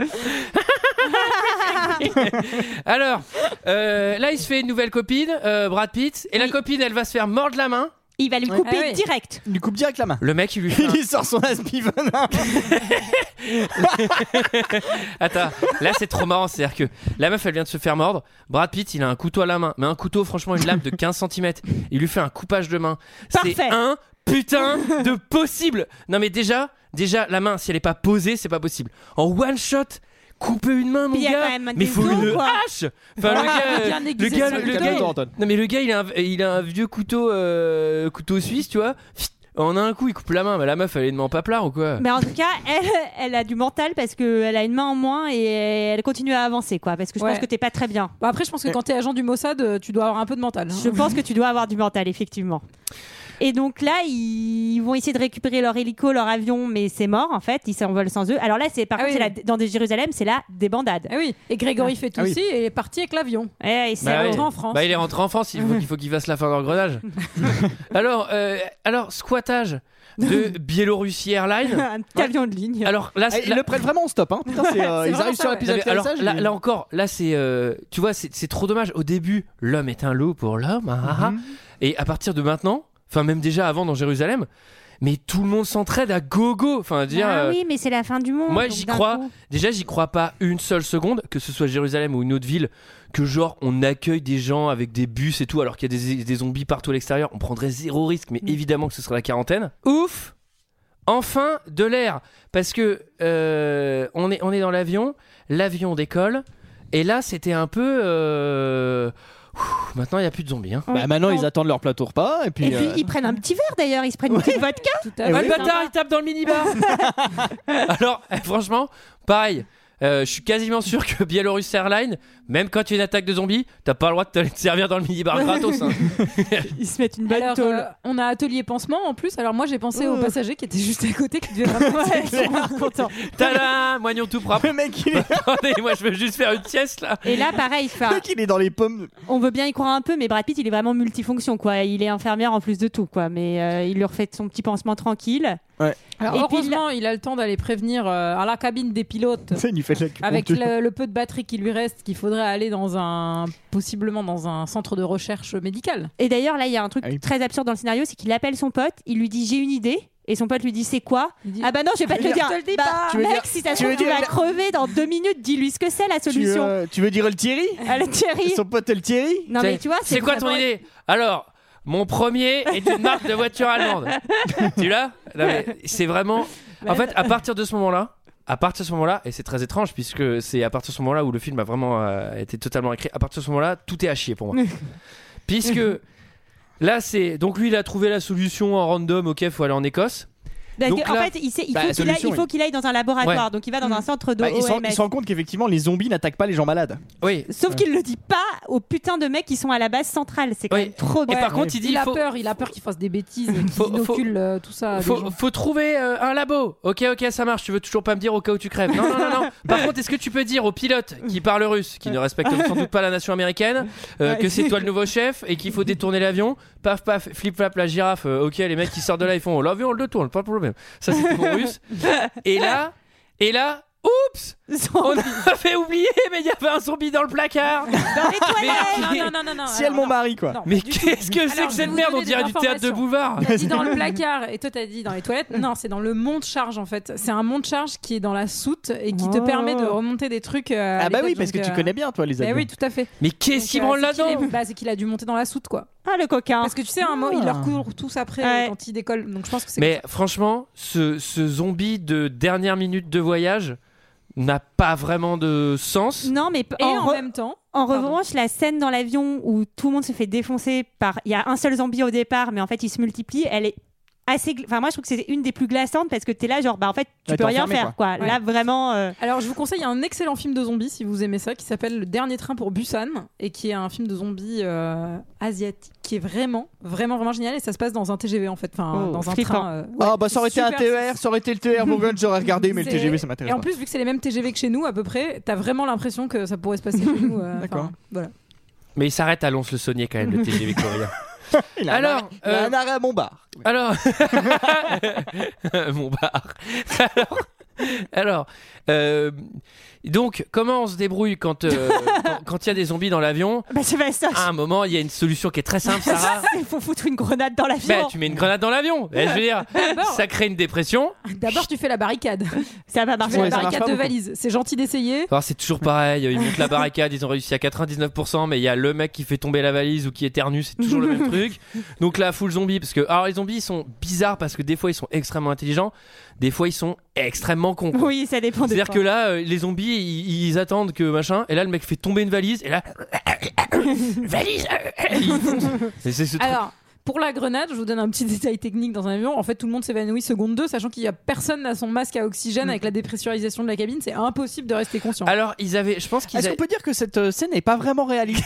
Alors, euh, là, il se fait une nouvelle copine, euh, Brad Pitt, et la Oui. copine, elle va se faire mordre la main. Il va lui Ouais. couper Ah oui. direct. Il lui coupe direct la main. Le mec, il lui fait. un- Il sort son aspivenin. Attends, là, c'est trop marrant. C'est-à-dire que la meuf, elle vient de se faire mordre. Brad Pitt, il a un couteau à la main, mais un couteau, franchement, une lame de quinze centimètres. Il lui fait un coupage de main. C'est Parfait. un putain de possible. Non, mais déjà, déjà, la main, si elle est pas posée, c'est pas possible. En one shot. Couper une main, mon Puis il y a gars, quand même mais des faut os, une quoi. hache. Enfin, le Ouais, gars, bien le aiguisé gars, sur le, le le couteau. gars, Anton. non mais le gars, il a un, il a un vieux couteau, euh, couteau suisse, tu vois. En un coup, il coupe la main. Mais la meuf, elle est de paplard ou quoi? Mais en tout cas, elle, elle a du mental parce qu'elle a une main en moins et elle continue à avancer, quoi. Parce que je Ouais. pense que t'es pas très bien. Bon, après, je pense que quand t'es agent du Mossad, euh, tu dois avoir un peu de mental. hein. Je pense que tu dois avoir du mental, effectivement. Et donc là, ils vont essayer de récupérer leur hélico, leur avion, mais c'est mort en fait. Ils s'envolent sans eux. Alors là, c'est par Ah contre, oui. c'est la- dans des Jérusalem, c'est la débandade. Ah oui. Et Grégory fait tout Ah oui. aussi et il est parti avec l'avion. Ouais, et c'est Bah oui. rentré en France. Bah, il est rentré en France, il faut qu'il faut qu'il fasse la fin d'engrenage. alors, euh, alors, squattage de Biélorussie Airlines. un petit avion de ligne. Alors là, Ah, c'est- ils là- le prennent vraiment en stop. Hein. Putain, c'est, euh, C'est ils vraiment arrivent ça, sur la ouais. piste Non, mais alors, d'atterrissage. là, et- là encore, là c'est, euh, tu vois, c'est, c'est trop dommage. Au début, l'homme est un loup pour l'homme, ah, ah, ah. Mhm. Et à partir de maintenant, enfin même déjà avant dans Jérusalem, mais tout le monde s'entraide à gogo. Enfin, dire, Ah euh, oui, mais c'est la fin du monde. moi donc j'y d'un crois. coup- Déjà, j'y crois pas une seule seconde, que ce soit Jérusalem ou une autre ville, que genre on accueille des gens avec des bus et tout, alors qu'il y a des, des zombies partout à l'extérieur. On prendrait zéro risque, mais évidemment que ce serait la quarantaine. Ouf. Enfin de l'air, parce que euh, on est on est dans l'avion, l'avion décolle, et là c'était un peu. euh, ouf, maintenant il y a plus de zombies. Hein. Bah, maintenant, ils attendent leur plateau repas. Et puis. Et puis euh, ils prennent un petit verre d'ailleurs, ils se prennent une petite vodka. Tout Eh à Ah, fait. le bâtard, il tape dans le minibar. Alors, eh, franchement, pareil. euh, je suis quasiment sûr que Biélorussie Airlines, même quand tu as une attaque de zombies, t'as pas le droit de te te servir dans le minibar gratos. Hein. Ils se mettent une bonne Alors, tôle. euh, on a atelier pansement en plus. Alors moi j'ai pensé Oh. aux passagers qui étaient juste à côté qui devaient vraiment Ouais, être ils sont vraiment contents. Tada, moignon tout propre. Le mec, il est... Attendez, moi je veux juste faire une sieste là. Et là, pareil, enfin, le mec, il est dans les pommes. on veut bien y croire un peu, mais Brad Pitt, il est vraiment multifonction, quoi. Il est infirmière en plus de tout, quoi. Mais euh, il leur fait son petit pansement tranquille. Alors, Et puis heureusement, il a le temps d'aller prévenir euh, à la cabine des pilotes. Tu sais, il lui fait de la Avec acupuncture. le, le peu de batterie qui lui reste, qu'il faudrait aller dans un, possiblement dans un centre de recherche médicale. Et d'ailleurs, là, il y a un truc Ah oui. très absurde dans le scénario, c'est qu'il appelle son pote, il lui dit j'ai une idée. Et son pote lui dit c'est quoi? Il dit, Ah bah non, je vais pas te le Je dire. te le dis Bah, pas. Tu veux mec, dire- si ça se tu trouve, veux tu dire- vas crever dans deux minutes. Dis-lui ce que c'est la Tu, solution. euh, tu veux dire le Thierry Ah, le Thierry. Son pote le Thierry Non mais tu vois, C'est quoi ton vraiment- idée? Alors, mon premier est une marque de voiture allemande. Tu l'as? Non, mais c'est vraiment. En fait, à partir de ce moment-là, à partir de ce moment-là, et c'est très étrange puisque c'est à partir de ce moment-là où le film a vraiment euh, été totalement écrit. À partir de ce moment-là, tout est à chier pour moi, puisque là, c'est donc lui, il a trouvé la solution en random. Ok, faut aller en Écosse. Bah, Donc que- en là- fait, il, sait, il, Bah, faut la qu'il aille, solution, il faut oui. qu'il aille dans un laboratoire. Ouais. Donc il va dans un centre de Bah, il, se rend, O M S. il se rend compte qu'effectivement, les zombies n'attaquent pas les gens malades. Oui. Sauf qu'il le dit pas aux putains de mecs qui sont à la base centrale. C'est quand Oui. même trop Et bien. par contre, il dit il a faut, peur, il a peur qu'il fasse des bêtises, qu'il Faut- inocule euh, tout ça. à des faut, gens. faut trouver euh, un labo. Ok, ok, ça marche. Tu veux toujours pas me dire au cas où tu crèves. Non, non, non, non. Par contre, est-ce que tu peux dire au pilote qui parle russe, qui ne respecte sans doute pas la nation américaine, euh, que c'est toi le nouveau chef et qu'il faut détourner l'avion? Paf, paf, flip, flap, la girafe. Euh, ok, les mecs qui sortent de là, ils font l'avion, on le détourne, pas de problème. Ça, c'est pour russe. Et là, et là, oups, on avait oublié, mais il y avait un zombie dans le placard. Dans les toilettes. Non, non, non, non, non. Si elle alors, mon non. mari, quoi. Non, Mais du tout. qu'est-ce que c'est Alors, que je cette vais vous merde? On donner des dirait du théâtre de informations. boulevard. Il a dit dans le placard et toi t'as dit dans les toilettes. Non, c'est dans le monte-charge en fait. C'est un monte-charge qui est dans la soute et qui te Oh. permet de remonter des trucs. euh, à Ah bah oui, l'étage. parce que Donc, tu euh, connais bien, toi, les eh avions. oui, tout à fait. Mais qu'est-ce Donc, qu'il euh, branle c'est qu'il là-dedans? est- bah, C'est qu'il a dû monter dans la soute quoi. Ah le coquin. Parce que tu sais, un mot, Ah. ils leur courent tous après Ouais. euh, quand ils décollent. Donc je pense que c'est. Mais franchement, ce, ce zombie de dernière minute de voyage n'a pas vraiment de sens. Non mais p- Et en, en re- même temps. en Pardon. revanche, la scène dans l'avion où tout le monde se fait défoncer par, il y a un seul zombie au départ, mais en fait il se multiplie. Elle est assez, gl- enfin moi je trouve que c'est une des plus glaçantes parce que t'es là genre bah en fait tu Ouais, peux t'es rien enfermé, faire quoi. Ouais. Là vraiment. euh, Alors je vous conseille un excellent film de zombies si vous aimez ça qui s'appelle Le Dernier Train pour Busan et qui est un film de zombies euh, asiatique qui est vraiment vraiment vraiment génial et ça se passe dans un T G V en fait, enfin Oh, dans un flippant. train. euh, ouais, Ah bah ça aurait été un super- T E R, ça aurait été le T E R Bourgogne, j'aurais regardé, mais le C'est- T G V ça m'intéresse Et en pas. plus vu que c'est les mêmes T G V que chez nous à peu près, t'as vraiment l'impression que ça pourrait se passer chez nous. euh, D'accord. enfin, Voilà. Mais il s'arrête à Lons-le-Saunier quand même, le T G V coréen. Il a un Alors, arrêt- il a euh, un arrêt à Montbar. Alors, mon bar. Alors, alors euh, donc, comment on se débrouille quand euh, quand- quand il y a des zombies dans l'avion? Bah c'est pas ça. À un moment, il y a une solution qui est très simple, Sarah. Il faut foutre une grenade dans l'avion. Bah, tu mets une grenade dans l'avion. Eh, je veux dire, D'abord- ça crée une dépression. D'abord tu fais la barricade. Ça va Tu marcher. fais Ouais, la ça marche barricade pas de beaucoup. valise. C'est gentil d'essayer. Alors, c'est toujours pareil. Ils montent la barricade, ils ont réussi à quatre-vingt-dix-neuf pour cent, mais il y a le mec qui fait tomber la valise ou qui éternue, c'est toujours le même truc. Donc là, full zombie, parce que alors les zombies ils sont bizarres parce que des fois ils sont extrêmement intelligents, des fois ils sont extrêmement cons. quoi. Oui, ça dépend. des C'est-à-dire fois. que là, euh, les zombies, ils, ils attendent que machin, et là le mec fait tomber une valise, et là, valise. Il fonce. C'est c'est ce truc. Alors pour la grenade, je vous donne un petit détail technique dans un avion. En fait, tout le monde s'évanouit seconde deux, sachant qu'il y a personne à son masque à oxygène mmh. avec la dépressurisation de la cabine. C'est impossible de rester conscient. Alors, ils avaient, je pense qu'ils. Est-ce avaient... qu'on peut dire que cette euh, scène n'est pas vraiment réaliste?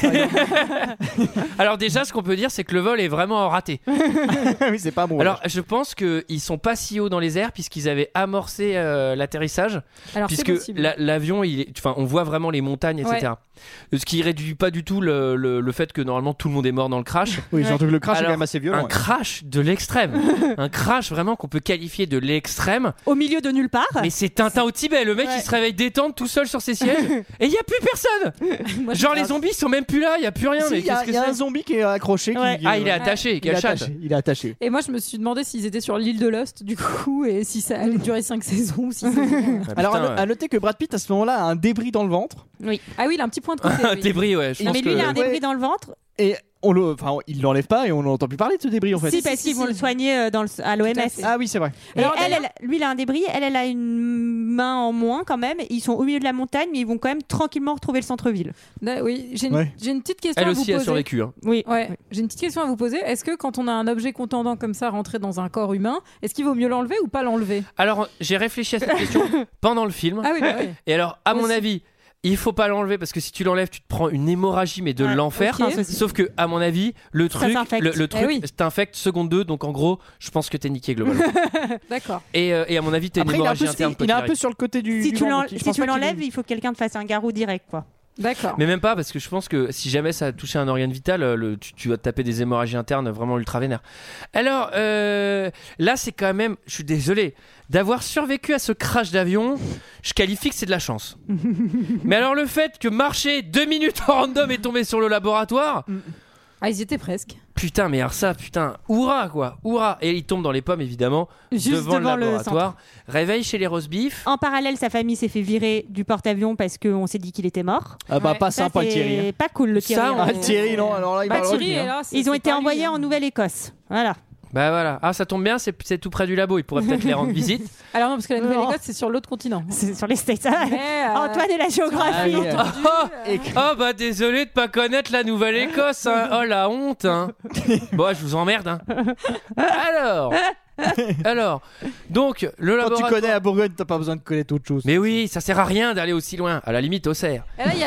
Alors déjà, ce qu'on peut dire, c'est que le vol est vraiment raté. Oui, c'est pas bon. Alors, je pense qu'ils sont pas si haut dans les airs puisqu'ils avaient amorcé euh, l'atterrissage. Alors, puisque la, l'avion, il est, enfin, on voit vraiment les montagnes, et cetera. Ouais. Ce qui réduit pas du tout le, le, le fait que normalement tout le monde est mort dans le crash. Oui, surtout que le crash Alors, est quand même assez violent. Un ouais. crash de l'extrême. Un crash vraiment qu'on peut qualifier de l'extrême. Au milieu de nulle part. Mais c'est Tintin au Tibet. Le mec, ouais. il se réveille détente tout seul sur ses sièges. Et il y a plus personne. Moi, Genre les zombies ils sont même plus là. Il y a plus rien. Si, mais il y a, qu'est-ce que y a c'est un zombie qui est accroché. Ouais. Qui, ah, il est attaché. Ouais. Quelle il, est chatte. attaché il est attaché. Et moi, je me suis demandé s'ils étaient sur l'île de Lost, du coup, et si ça allait durer cinq saisons ou six saisons. Ah, Alors, putain, à, ouais. à noter que Brad Pitt, à ce moment-là, a un débris dans le ventre. Oui. Ah oui, il a un petit point de côté. Un débris, ouais. Je non, pense mais lui, que... il a un débris ouais. dans le ventre. Et on le, enfin, il l'enlève pas et on n'entend plus parler de ce débris en fait. Si, parce qu'ils vont le soigner dans le, à l'O M S. Ah oui, c'est vrai. Et Alors, elle, elle, lui, il a un débris. Elle, elle a une main en moins quand même. Ils sont au milieu de la montagne, mais ils vont quand même tranquillement retrouver le centre-ville. Da, oui, j'ai une, ouais. j'ai une petite question elle à vous poser. Elle aussi a survécu. Hein. Oui, ouais. Oui. J'ai une petite question à vous poser. Est-ce que quand on a un objet contendant comme ça rentré dans un corps humain, est-ce qu'il vaut mieux l'enlever ou pas l'enlever? Alors, j'ai réfléchi à cette question pendant le film. Ah oui, bah oui. Et alors, à Moi mon aussi. avis. Il faut pas l'enlever parce que si tu l'enlèves, tu te prends une hémorragie mais de ouais, l'enfer. Okay. Sauf que, à mon avis, le truc, le, le truc, eh oui. t'infecte seconde deux. Donc en gros, je pense que t'es niqué globalement. D'accord. Et, euh, et à mon avis, t'as une Après, hémorragie il est un peu, interne. il est un peu sur le côté du. Si du tu, ventre, l'en, si tu l'enlèves, il faut que quelqu'un te fasse un garrot direct, quoi. D'accord. Mais même pas parce que je pense que si jamais ça a touché un organe vital, le, tu, tu vas te taper des hémorragies internes vraiment ultra vénères. Alors euh, là, c'est quand même, je suis désolé, d'avoir survécu à ce crash d'avion, je qualifie que c'est de la chance. Mais alors le fait que marcher deux minutes en random et tomber sur le laboratoire. Ah, ils y étaient presque. Putain, mais alors ça, putain, hurrah quoi, hurrah. Et il tombe dans les pommes évidemment, Juste devant, devant le laboratoire. Le réveil chez les roast beef. En parallèle, sa famille s'est fait virer du porte-avions parce qu'on s'est dit qu'il était mort. Ah bah ouais. pas ça, sympa le Thierry. Hein. Pas cool le Thierry. Ça, on... Ah, Thierry, non, alors là, il bah, va Thierry, hein. là, c'est, Ils ont c'est été pas envoyés lui, hein. en Nouvelle-Écosse. Voilà. Bah voilà, ah ça tombe bien, c'est, c'est tout près du labo, il pourrait peut-être les rendre visite. Alors non, parce que la Nouvelle-Écosse, c'est sur l'autre continent. C'est sur les States. Ah, Mais, euh... Antoine et la géographie. Ah, oui. Oh, et... oh bah désolé de pas connaître la Nouvelle-Écosse, hein. Oh la honte. Hein. Bon, je vous emmerde. Hein. Alors, alors, donc le Quand laboratoire. tu connais la Bourgogne, t'as pas besoin de connaître autre chose. Mais oui, ça sert à rien d'aller aussi loin. À la limite, au cerf. Et là, il y a...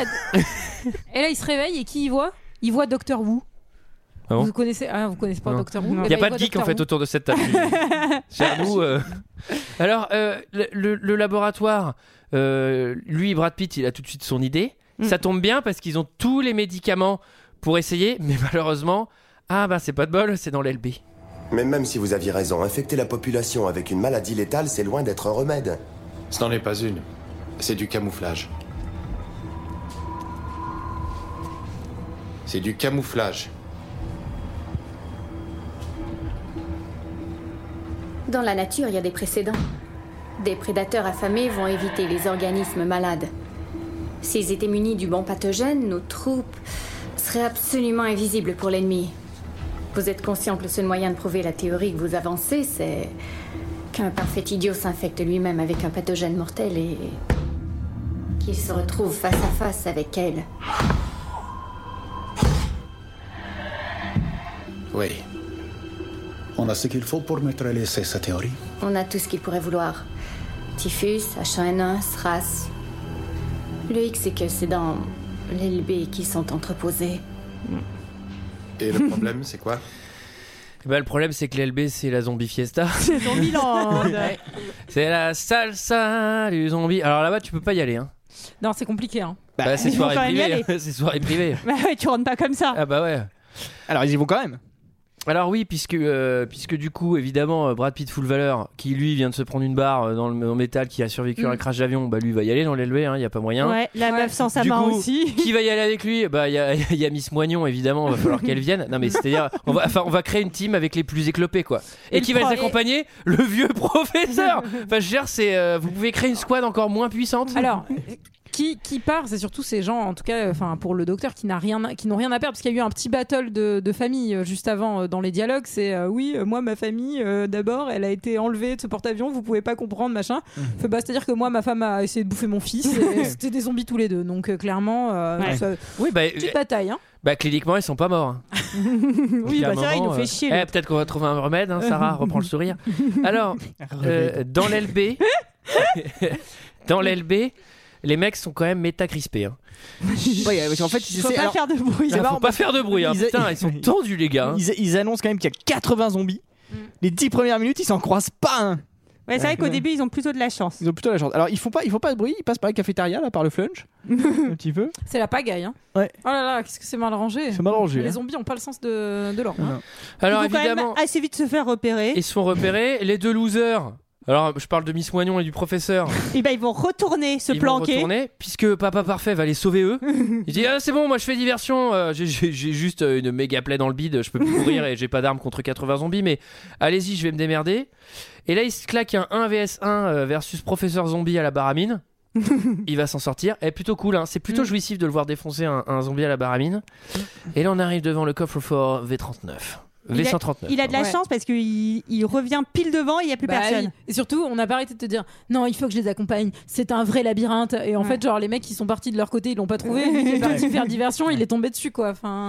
et là, il se réveille et qui il voit? Il voit Docteur Wu. Ah bon vous connaissez, ah, vous connaissez pas Docteur Wu? Il n'y a pas de geek en fait autour de cette table. Chez nous. Euh... Alors, euh, le, le, le laboratoire, euh, lui, Brad Pitt, il a tout de suite son idée. Mm. Ça tombe bien parce qu'ils ont tous les médicaments pour essayer, mais malheureusement, ah bah c'est pas de bol, c'est dans l'L B. Mais même si vous aviez raison, infecter la population avec une maladie létale, c'est loin d'être un remède. Ce n'en est pas une. C'est du camouflage. C'est du camouflage. Dans la nature, il y a des précédents. Des prédateurs affamés vont éviter les organismes malades. S'ils étaient munis du bon pathogène, nos troupes seraient absolument invisibles pour l'ennemi. Vous êtes conscient que le seul moyen de prouver la théorie que vous avancez, c'est qu'un parfait idiot s'infecte lui-même avec un pathogène mortel et qu'il se retrouve face à face avec elle. Oui. On a ce qu'il faut pour neutraliser sa théorie. On a tout ce qu'il pourrait vouloir. Typhus, H un N un, SRAS. Le hic, c'est que c'est dans l'L B qu'ils sont entreposés. Et le problème, c'est quoi? Bah, le problème, c'est que l'L B, c'est la zombie fiesta. C'est Zombieland. C'est la salsa du zombie. Alors là-bas, tu peux pas y aller. Hein. Non, c'est compliqué. Hein. Bah, bah, c'est soirée privée. C'est soirée privée. Bah ouais, tu rentres pas comme ça. Ah bah ouais. Alors ils y vont quand même. Alors oui, puisque, euh, puisque du coup, évidemment, Brad Pitt full valeur, qui lui vient de se prendre une barre dans le, dans le métal, qui a survécu à un crash d'avion, bah lui va y aller dans l'L B, il hein, n'y a pas moyen. Ouais, la Ouais. meuf sans sa Du main coup, aussi. Qui va y aller avec lui? Bah il y a, y a Miss Moignon, évidemment, il va falloir qu'elle vienne. Non mais c'est-à-dire, on va, enfin, on va créer une team avec les plus éclopés, quoi. Et, Et qui le va pro- les accompagner? Le vieux professeur. Enfin, je veux dire, c'est, euh, vous pouvez créer une squad encore moins puissante. Alors, qui, qui part, c'est surtout ces gens, en tout cas, enfin pour le docteur, qui n'a rien, qui n'ont rien à perdre, parce qu'il y a eu un petit battle de, de famille euh, juste avant euh, dans les dialogues. C'est euh, oui, euh, moi ma famille, euh, d'abord, elle a été enlevée de ce porte-avions, vous pouvez pas comprendre, machin. Mmh. Fait, bah, c'est-à-dire que moi, ma femme a essayé de bouffer mon fils, et c'était des zombies tous les deux. Donc euh, clairement, euh, ouais. ça, oui, bah, petite bataille. Hein. Bah cliniquement ils sont pas morts. Oui, bah, c'est vrai, il nous fait euh, chier. Eh, peut-être qu'on va trouver un remède, hein, Sarah, reprends le sourire. Alors, euh, dans l'L B, dans l'L B, les mecs sont quand même méta crispés. Hein. Ouais, parce qu'en fait, il faut pas alors, faire de bruit. Il faut pas faire de bruit. Hein. Ils, Putain, ils sont tendus les gars. Hein. Ils, ils annoncent quand même qu'il y a quatre-vingts zombies. Mm. Les dix premières minutes, ils s'en croisent pas un. Ouais, c'est vrai qu'au début, ils ont plutôt de la chance. Ils ont plutôt de la chance. Alors, ils font pas, ils font pas de bruit. Ils passent par la cafétéria, là, par le flunch, un petit peu. C'est la pagaille. Hein. Ouais. Oh là là, qu'est-ce que c'est mal rangé. C'est mal rangé. Les hein. zombies ont pas le sens de, de l'ordre. Hein. Alors ils vont évidemment, quand même assez vite se faire repérer. Ils se font repérer. Les deux losers. Alors, je parle de Miss Moignon et du professeur. Et ben, ils vont retourner, se ils planquer. Vont retourner, puisque Papa Parfait va les sauver eux. Il dit ah, c'est bon, moi je fais diversion. Euh, j'ai, j'ai, j'ai juste une méga plaie dans le bide. Je peux plus courir et j'ai pas d'armes contre quatre-vingts zombies. Mais allez-y, je vais me démerder. Et là, il se claque un un versus un versus professeur zombie à la baramine. Il va s'en sortir. Et plutôt cool. Hein. C'est plutôt mm. jouissif de le voir défoncer un, un zombie à la baramine. Et là, on arrive devant le coffre-fort V trente-neuf. V cent trente-neuf. Il a, il a de la ouais. chance parce qu'il il revient pile devant et il n'y a plus bah, personne. Oui. Et surtout, on n'a pas arrêté de te dire non, il faut que je les accompagne. C'est un vrai labyrinthe. Et en ouais. fait, genre, les mecs qui sont partis de leur côté, ils l'ont pas trouvé. Lui qui est parti faire diversion, il est tombé dessus, quoi. Enfin.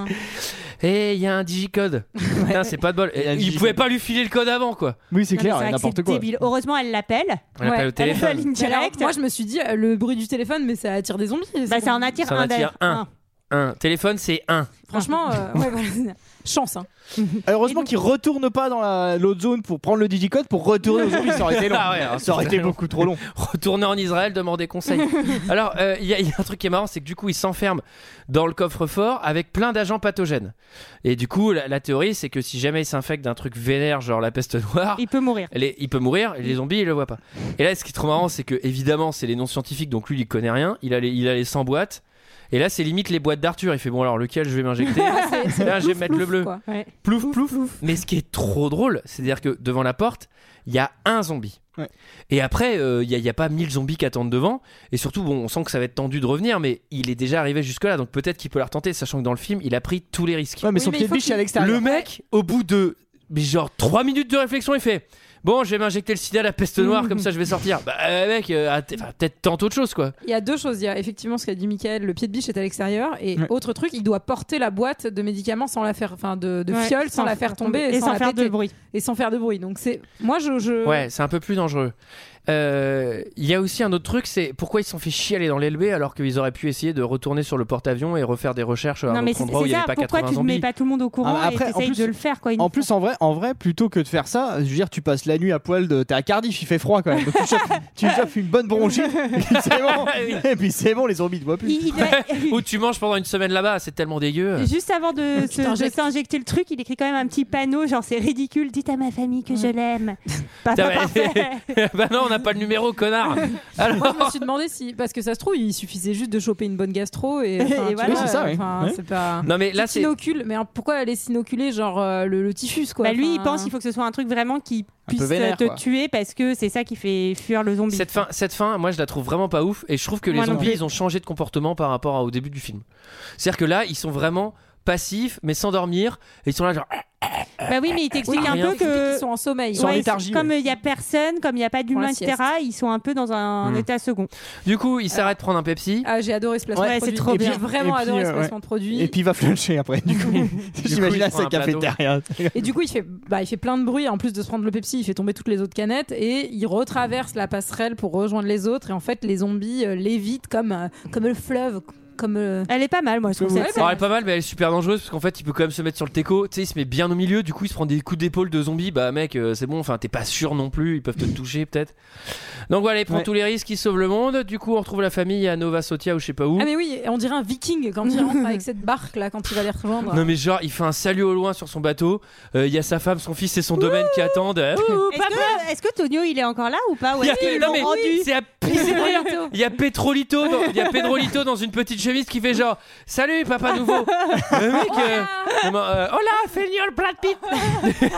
Et il y a un digicode. Putain, c'est pas de bol. Il, il pouvait pas lui filer le code avant, quoi. Oui, c'est non, clair, c'est n'importe c'est quoi. Débile. Heureusement, elle l'appelle. Elle appelle ouais. au téléphone. Elle ligne directe. Moi, je me suis dit, le bruit du téléphone, mais ça attire des zombies. Bah, ça en attire ça en un attire un. Un. Téléphone, c'est un. Franchement, euh, ouais, voilà. Chance. Hein. Alors, heureusement donc... qu'ils retournent pas dans la, l'autre zone pour prendre le digicode pour retourner aux zombies. Ça aurait été long. Ah ouais, ça aurait été beaucoup trop long. Retourner en Israël, demander conseil. Alors, il euh, y, y a un truc qui est marrant, c'est que du coup, ils s'enferment dans le coffre-fort avec plein d'agents pathogènes. Et du coup, la, la théorie, c'est que si jamais il s'infecte d'un truc vénère, genre la peste noire, il peut mourir. Les, il peut mourir. Et les zombies, ils le voient pas. Et là, ce qui est trop marrant, c'est que évidemment, c'est les non scientifiques, donc lui, il connaît rien. Il a les, il a les cent boîtes. Et là, c'est limite les boîtes d'Arthur. Il fait bon, alors lequel je vais m'injecter. c'est, c'est Là, je vais mettre plouf, le bleu. Ouais. Plouf, plouf, plouf. Mais ce qui est trop drôle, c'est-à-dire que devant la porte, il y a un zombie. Ouais. Et après, il euh, n'y a, a pas mille zombies qui attendent devant. Et surtout, bon, on sent que ça va être tendu de revenir, mais il est déjà arrivé jusque-là. Donc peut-être qu'il peut la retenter, sachant que dans le film, il a pris tous les risques. Ouais, mais oui, son mais pied de biche est à l'extérieur. Le mec, au bout de mais genre trois minutes de réflexion, il fait bon, je vais m'injecter le sida, la peste noire, comme ça je vais sortir. Bah, euh, mec, euh, peut-être tente autre chose, quoi. Il y a deux choses. Il y a effectivement ce qu'a dit Mickaël, le pied de biche est à l'extérieur. Et ouais. autre truc, il doit porter la boîte de médicaments sans la faire, enfin de, de ouais, fiole, sans, sans la faire tomber et, et sans, sans la faire péter. de bruit. Et sans faire de bruit. Donc c'est. Moi, je. je... Ouais, c'est un peu plus dangereux. Il euh, y a aussi un autre truc, c'est pourquoi ils se sont fait chier aller dans l'L B alors qu'ils auraient pu essayer de retourner sur le porte-avions et refaire des recherches à non, un mais autre c'est, endroit c'est où il n'y ça, avait pas pourquoi quatre-vingts tu ne zombies. mets pas tout le monde au courant ah, après, et t'essayes plus, de le faire, quoi. En plus, fois. en vrai, en vrai, plutôt que de faire ça, je veux dire, tu passes la nuit à poil, de... t'es à Cardiff, il fait froid quand même. Donc, tu chopes, tu chopes une bonne bronchite et puis c'est bon. Et puis c'est bon, les zombies te voient plus. Il, il doit... Ou tu manges pendant une semaine là-bas, c'est tellement dégueu. Juste avant de, se, de s'injecter le truc, il écrit quand même un petit panneau, genre c'est ridicule, dites à ma famille que je l'aime. Pas, pas parfait. Bah non, on n'a pas le numéro, connard. Alors... Moi, je me suis demandé si, parce que ça se trouve, il suffisait juste de choper une bonne gastro et, et voilà, vois, c'est ça, ouais. ouais. C'est pas. Non mais là, c'est s'inocule. Mais pourquoi aller s'inoculer, genre euh, le, le typhus, quoi. Bah lui, enfin... il pense qu'il faut que ce soit un truc vraiment qui puisse vénère, te quoi. tuer parce que c'est ça qui fait fuir le zombie. Cette fin, cette fin, moi, je la trouve vraiment pas ouf et je trouve que les moi zombies, ils ont changé de comportement par rapport au début du film. C'est-à-dire que là, ils sont vraiment passifs, mais sans dormir, et ils sont là genre. Bah oui, mais il t'explique oui, un rien. peu que ils sont en sommeil, ils sont ouais, en léthargie, comme il ouais. y a personne, comme il y a pas d'humain, et cetera. Ils sont un peu dans un mmh. état second. Du coup, il s'arrête de prendre un Pepsi. Ah, j'ai adoré ce placement ouais, de produit. c'est trop bien. J'ai vraiment puis, adoré euh, ce placement ouais. de produit. Et puis il va fluncher après. Du coup, j'imagine là, c'est cafétéria. Et du coup, il fait, bah, il fait plein de bruit. En plus de se prendre le Pepsi, il fait tomber toutes les autres canettes et il retraverse la passerelle pour rejoindre les autres. Et en fait, les zombies euh, l'évitent comme euh, comme le fleuve. Comme euh... Elle est pas mal, moi je trouve. Ouais, cette bah, elle est pas mal, mais elle est super dangereuse parce qu'en fait, il peut quand même se mettre sur le teco. Tu sais, il se met bien au milieu. Du coup, il se prend des coups d'épaule de zombies. Bah, mec, euh, c'est bon. Enfin, t'es pas sûr non plus. Ils peuvent te toucher peut-être. Donc voilà, il prend ouais. tous les risques. Il sauve le monde. Du coup, on retrouve la famille à Nova Scotia ou je sais pas où. Ah mais oui, on dirait un Viking quand il rentre avec cette barque là quand il va les rejoindre. Non mais genre, il fait un salut au loin sur son bateau. Il euh, y a sa femme, son fils et son Ouh domaine qui attendent. Est-ce que, est-ce que Tonio il est encore là ou pas? Il y a, non, mais oui, c'est à... Il y a Pedrolito, il y a Pedrolito dans une petite chemise qui fait genre salut papa nouveau. Le mec, euh, euh, hola, Feignol Brad Pitt.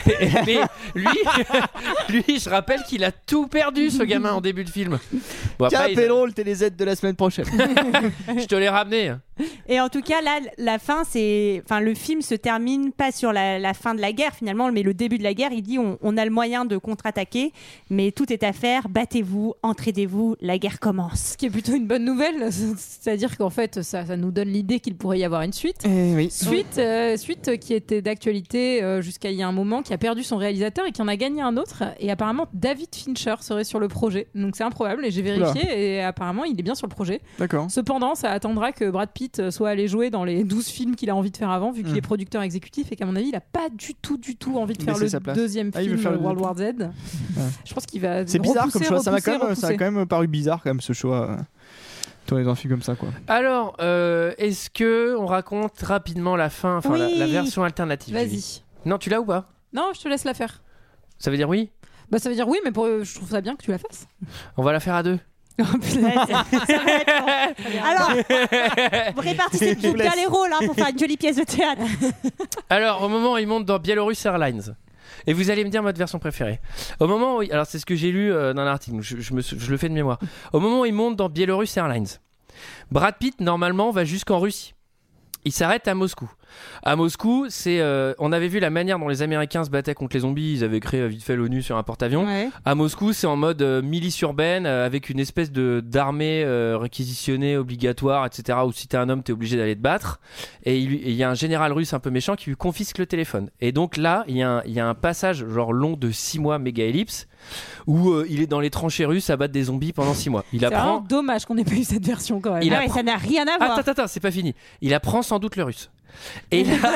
Mais lui, lui, je rappelle qu'il a tout perdu, ce gamin, en début de film. Bon, après, Capello, il... le télé Z de la semaine prochaine. Je te l'ai ramené. Et en tout cas, là, la fin, c'est, enfin, le film se termine pas sur la, la fin de la guerre finalement, mais le début de la guerre. Il dit, on, on a le moyen de contre-attaquer, mais tout est à faire. Battez-vous, entraidez-vous, la guerre commence. Ce qui est plutôt une bonne nouvelle, c'est-à-dire qu'en fait, ça, ça nous donne l'idée qu'il pourrait y avoir une suite. Eh oui. Suite, euh, suite qui était d'actualité euh, jusqu'à il y a un moment, qui a perdu son réalisateur et qui en a gagné un autre. Et apparemment, David Fincher serait sur le projet. Donc c'est improbable. Et j'ai vérifié Oula. et apparemment, il est bien sur le projet. D'accord. Cependant, ça attendra que Brad Pitt soit allé jouer dans les douze films qu'il a envie de faire avant, vu qu'il mmh. est producteur exécutif et qu'à mon avis, il a pas du tout, du tout envie de faire Laisser le deuxième ah, film faire le World War Z. Ouais. Je pense qu'il va. C'est bizarre repousser, comme choix. repousser, Ça m'a quand même, repousser. ça a quand même paru bizarre quand même ce choix. Euh... Toi, les films comme ça, quoi. Alors, euh, est-ce que on raconte rapidement la fin, enfin oui. la, la version alternative? Vas-y. Julie. Non, tu l'as ou pas? Non, je te laisse la faire. Ça veut dire oui? Bah, ça veut dire oui, mais pour... je trouve ça bien que tu la fasses. On va la faire à deux. Oh, putain, ça va être long. Alors, vous répartissez bien les rôles hein, pour faire une jolie pièce de théâtre. Alors, au moment où il monte dans Belarus Airlines, et vous allez me dire votre version préférée. Au moment où, alors c'est ce que j'ai lu euh, dans l'article, je, je, me, je le fais de mémoire. Au moment où il monte dans Belarus Airlines, Brad Pitt normalement va jusqu'en Russie. Il s'arrête à Moscou. À Moscou, c'est, euh, on avait vu la manière dont les Américains se battaient contre les zombies. Ils avaient créé vite fait l'ONU sur un porte-avions. Ouais. À Moscou, c'est en mode euh, milice urbaine euh, avec une espèce de d'armée euh, réquisitionnée obligatoire, et cetera. Où si t'es un homme, t'es obligé d'aller te battre. Et il y a un général russe un peu méchant qui lui confisque le téléphone. Et donc là, il y, y a un passage genre long de six mois méga ellipse où euh, il est dans les tranchées russes à battre des zombies pendant six mois. Il c'est apprend. vraiment dommage qu'on ait pas eu cette version quand même. Il ah apprend... ouais, ça n'a rien à voir. Attends, attends, attends, c'est pas fini. Il apprend sans doute le russe. Et là,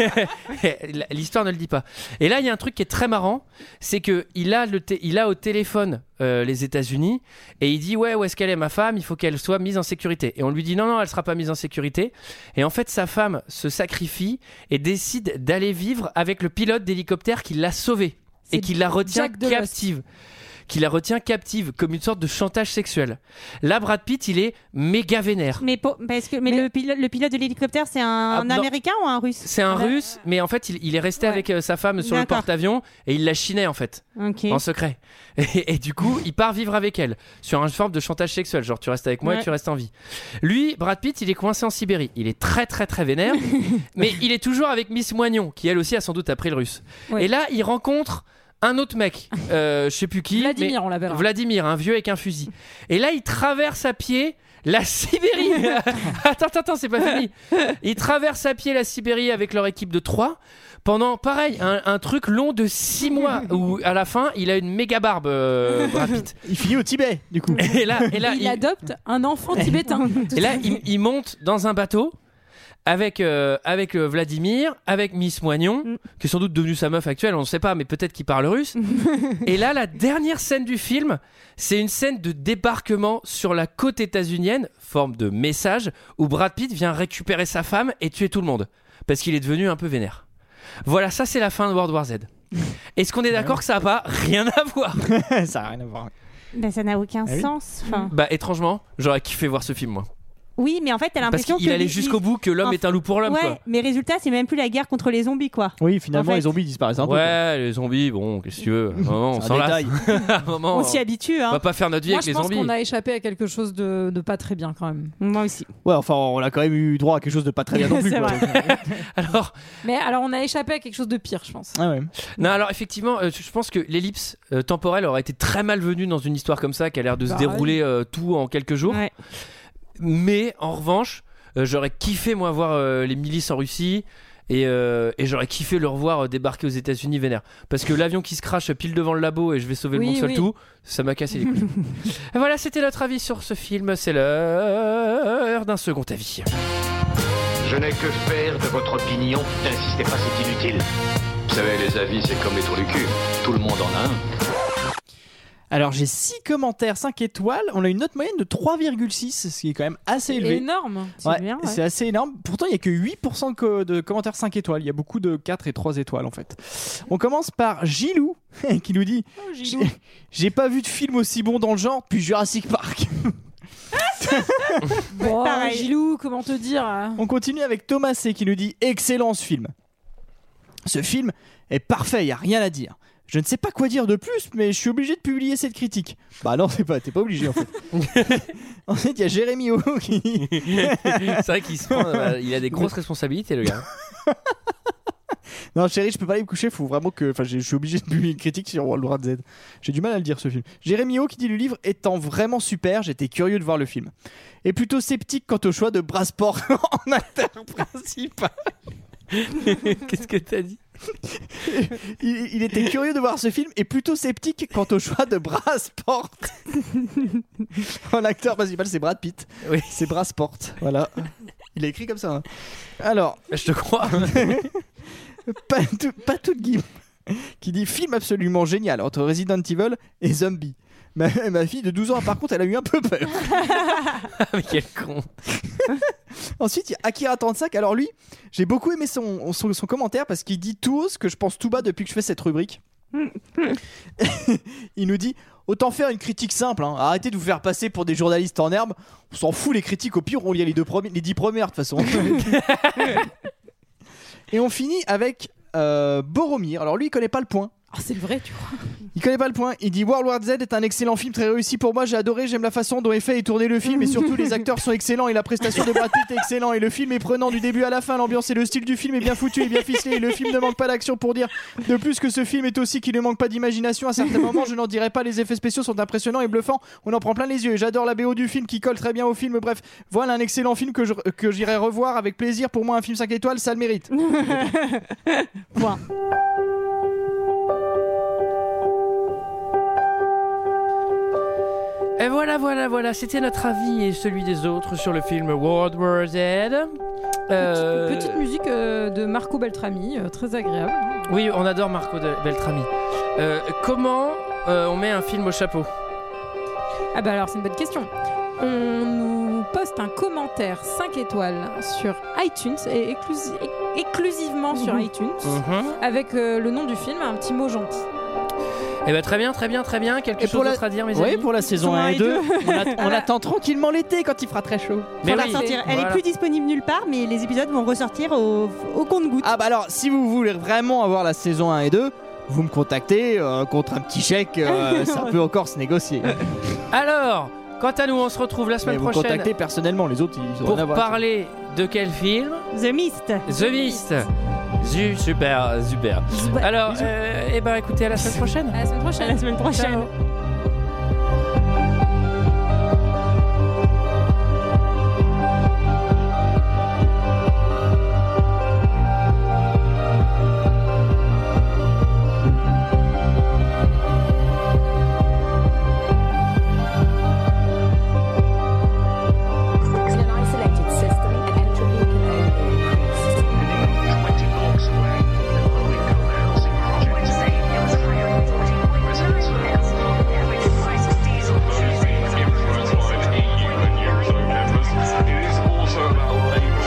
l'histoire ne le dit pas. Et là, il y a un truc qui est très marrant, c'est que il a le, té- il a au téléphone euh, les États-Unis et il dit ouais, où est-ce qu'elle est ma femme? Il faut qu'elle soit mise en sécurité. Et on lui dit non, non, elle sera pas mise en sécurité. Et en fait, sa femme se sacrifie et décide d'aller vivre avec le pilote d'hélicoptère qui l'a sauvée C'est et qui la retient Jack Delos. captive. Qui la retient captive comme une sorte de chantage sexuel. Là, Brad Pitt, il est méga vénère. Mais, pour, parce que, mais, mais... Le, pilote, le pilote de l'hélicoptère, c'est un, Ah, un non. Américain ou un Russe? C'est un ouais. Russe, mais en fait, il, il est resté Ouais. avec euh, sa femme sur D'accord. le porte-avions et il la chinait en fait, Ok. en secret. Et, et du coup, il part vivre avec elle sur une forme de chantage sexuel, genre tu restes avec moi Ouais. et tu restes en vie. Lui, Brad Pitt, il est coincé en Sibérie. Il est très très très vénère, mais il est toujours avec Miss Moignon, qui elle aussi a sans doute appris le russe. Ouais. Et là, il rencontre un autre mec, euh, je sais plus qui. Vladimir, mais- on l'appellera. Vladimir, un vieux avec un fusil. Et là, il traverse à pied la Sibérie. attends, attends, attends, c'est pas fini. Il traverse à pied la Sibérie avec leur équipe de trois pendant, pareil, un, un truc long de six mois où à la fin, il a une méga barbe, euh, Brad Pitt. Il finit au Tibet, du coup. Et là, et là, il, il, adopte un enfant tibétain. et là, il, il monte dans un bateau. Avec, euh, avec euh, Vladimir, avec Miss Moignon, Mm. qui est sans doute devenue sa meuf actuelle, on ne sait pas, mais peut-être qu'il parle russe. Et là, la dernière scène du film, c'est une scène de débarquement sur la côte états-unienne, forme de message, où Brad Pitt vient récupérer sa femme et tuer tout le monde. Parce qu'il est devenu un peu vénère. Voilà, ça c'est la fin de World War Z. Est-ce qu'on est d'accord que ça n'a pas rien à voir? Ça n'a rien à voir. Ben, ça n'a aucun Ah oui. sens. Enfin, Bah étrangement, j'aurais kiffé voir ce film moi. oui, mais en fait, t'as Parce l'impression qu'il que allait les- jusqu'au bout que l'homme en- est un loup pour l'homme Ouais, quoi. mais résultat, c'est même plus la guerre contre les zombies, quoi. Oui, finalement, En fait- les zombies disparaissent un peu. quoi. Ouais, les zombies, bon, qu'est-ce que tu veux? À un moment, on C'est s'en un lasse. détail. À un moment, On s'y habitue, on hein. va pas faire notre vie Moi, avec je les pense zombies. qu'on a échappé à quelque chose de, de pas très bien quand même. Moi aussi. Ouais, enfin, on a quand même eu droit à quelque chose de pas très bien non plus. C'est quoi. vrai. Alors, Mais alors, on a échappé à quelque chose de pire, je pense. Ah ouais. non, alors effectivement, euh, je pense que l'ellipse euh, temporelle aurait été très malvenue dans une histoire comme ça, qui a l'air de se Bah dérouler euh, tout en quelques jours. Ouais. Mais en revanche, euh, j'aurais kiffé moi voir euh, les milices en Russie. Et, euh, et j'aurais kiffé le revoir euh, débarquer aux États-Unis vénère. Parce que l'avion qui se crache pile devant le labo et je vais sauver Oui, le monde seul oui. tout, ça m'a cassé les couilles. Et voilà, c'était notre avis sur ce film. C'est l'heure d'un second avis. Je n'ai que faire de votre opinion. N'insistez pas, c'est inutile. Vous savez, les avis, c'est comme les trous du cul. Tout le monde en a un. Alors, j'ai six commentaires, cinq étoiles. On a une note moyenne de trois virgule six, ce qui est quand même assez élevé. Énorme. C'est Ouais, bien, ouais. c'est assez énorme. Pourtant, il n'y a que huit pour cent de, co- de commentaires cinq étoiles. Il y a beaucoup de quatre et trois étoiles en fait. On commence par Gilou qui nous dit Oh, Gilou. J'ai- J'ai pas vu de film aussi bon dans le genre depuis Jurassic Park. Bon, Pareil. Gilou, comment te dire hein. On continue avec Thomas C qui nous dit excellent ce film. Ce film est parfait, il n'y a rien à dire. Je ne sais pas quoi dire de plus, mais je suis obligé de publier cette critique. Bah non, t'es pas, t'es pas obligé en fait. En fait, il y a Jérémy O qui dit... C'est vrai qu'il se prend, euh, il a des grosses responsabilités, le gars. Non, chérie, je peux pas aller me coucher, faut vraiment que. Enfin, je suis obligé de publier une critique sur World War Z. J'ai du mal à le dire, ce film. Jérémy O qui dit: le livre étant vraiment super, j'étais curieux de voir le film. Et plutôt sceptique quant au choix de Brassport en acteur principal. Qu'est-ce que t'as dit? il, il était curieux de voir ce film et plutôt sceptique quant au choix de Brassport. En acteur principal, c'est Brad Pitt. Oui. C'est Brassport. Voilà. Il a écrit comme ça. Hein. Alors. Je te crois. pas, tout, pas tout de Guillaume qui dit: film absolument génial entre Resident Evil et Zombie. Ma, ma fille de douze ans, par contre, elle a eu un peu peur. Mais quel con. Ensuite, il y a Akira trente-cinq. Alors lui, j'ai beaucoup aimé son, son, son commentaire parce qu'il dit tout haut ce que je pense tout bas depuis que je fais cette rubrique. Il nous dit: autant faire une critique simple, hein. Arrêtez de vous faire passer pour des journalistes en herbe. On s'en fout, les critiques, au pire on lit les, deux premiers, les dix premières de toute façon. Et on finit avec euh, Boromir. Alors lui il connaît pas le point. Ah, c'est le vrai, tu crois? Il connaît pas le point. Il dit: World War Z est un excellent film, très réussi pour moi. J'ai adoré, j'aime la façon dont est fait et tourné le film. Et surtout, les acteurs sont excellents et la prestation de Brad Pitt est excellente. Et le film est prenant du début à la fin. L'ambiance et le style du film est bien foutu et bien ficelé. Et le film ne manque pas d'action pour dire de plus que ce film est aussi qu'il ne manque pas d'imagination. À certains moments, je n'en dirais pas, les effets spéciaux sont impressionnants et bluffants. On en prend plein les yeux. Et j'adore la B O du film qui colle très bien au film. Bref, voilà un excellent film que, je, que j'irai revoir avec plaisir. Pour moi, un film cinq étoiles, ça le mérite. Point. Et voilà, voilà, voilà, c'était notre avis et celui des autres sur le film World War Z. Euh... Petite, petite musique euh, de Marco Beltrami, euh, très agréable. Oui, on adore Marco de Beltrami. Euh, comment euh, on met un film au chapeau? Ah bah alors, c'est une bonne question. On nous poste un commentaire cinq étoiles sur iTunes, et éclusi- exclusivement sur Mmh. iTunes, Mmh. avec euh, le nom du film, un petit mot gentil. Eh ben très bien, très bien, très bien. Quelque Et chose pour la... d'autre à dire, mes oui, amis? pour la saison un et deux, on, a... on attend tranquillement l'été quand il fera très chaud. Mais Faut la oui. sortir. Elle Voilà. est plus disponible nulle part, mais les épisodes vont ressortir au, au compte-gouttes. Ah bah alors, si vous voulez vraiment avoir la saison un et deux, vous me contactez euh, contre un petit chèque, euh, ça peut encore se négocier. Alors, quant à nous, on se retrouve la Mais semaine vous prochaine contactez personnellement, les autres ils pour rien à voir. parler de quel film? The Mist. The Mist. Zu- super, super. Alors, euh, eh ben écoutez, à la semaine prochaine. À la semaine prochaine. À la semaine prochaine. Ciao. In an isolated system, entropy can only increase. twenty blocks away, the Boeing co-housing project. Influenced by the E U and Eurozone members, it is also about labour.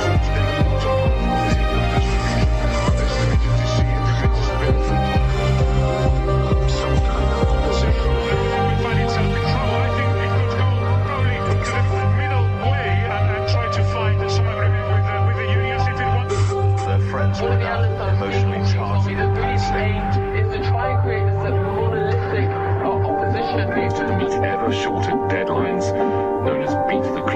Estimated to see a tremendous benefit. Some kind of compensation. We find it self-control. I think it could go probably to the middle way and, and try to find some agreement with the, with the unions if it wants. Their friends were now emotionally charged and staged. Is to try and create a sort of monolithic opposition. Need to meet ever shorter deadlines, known as beat the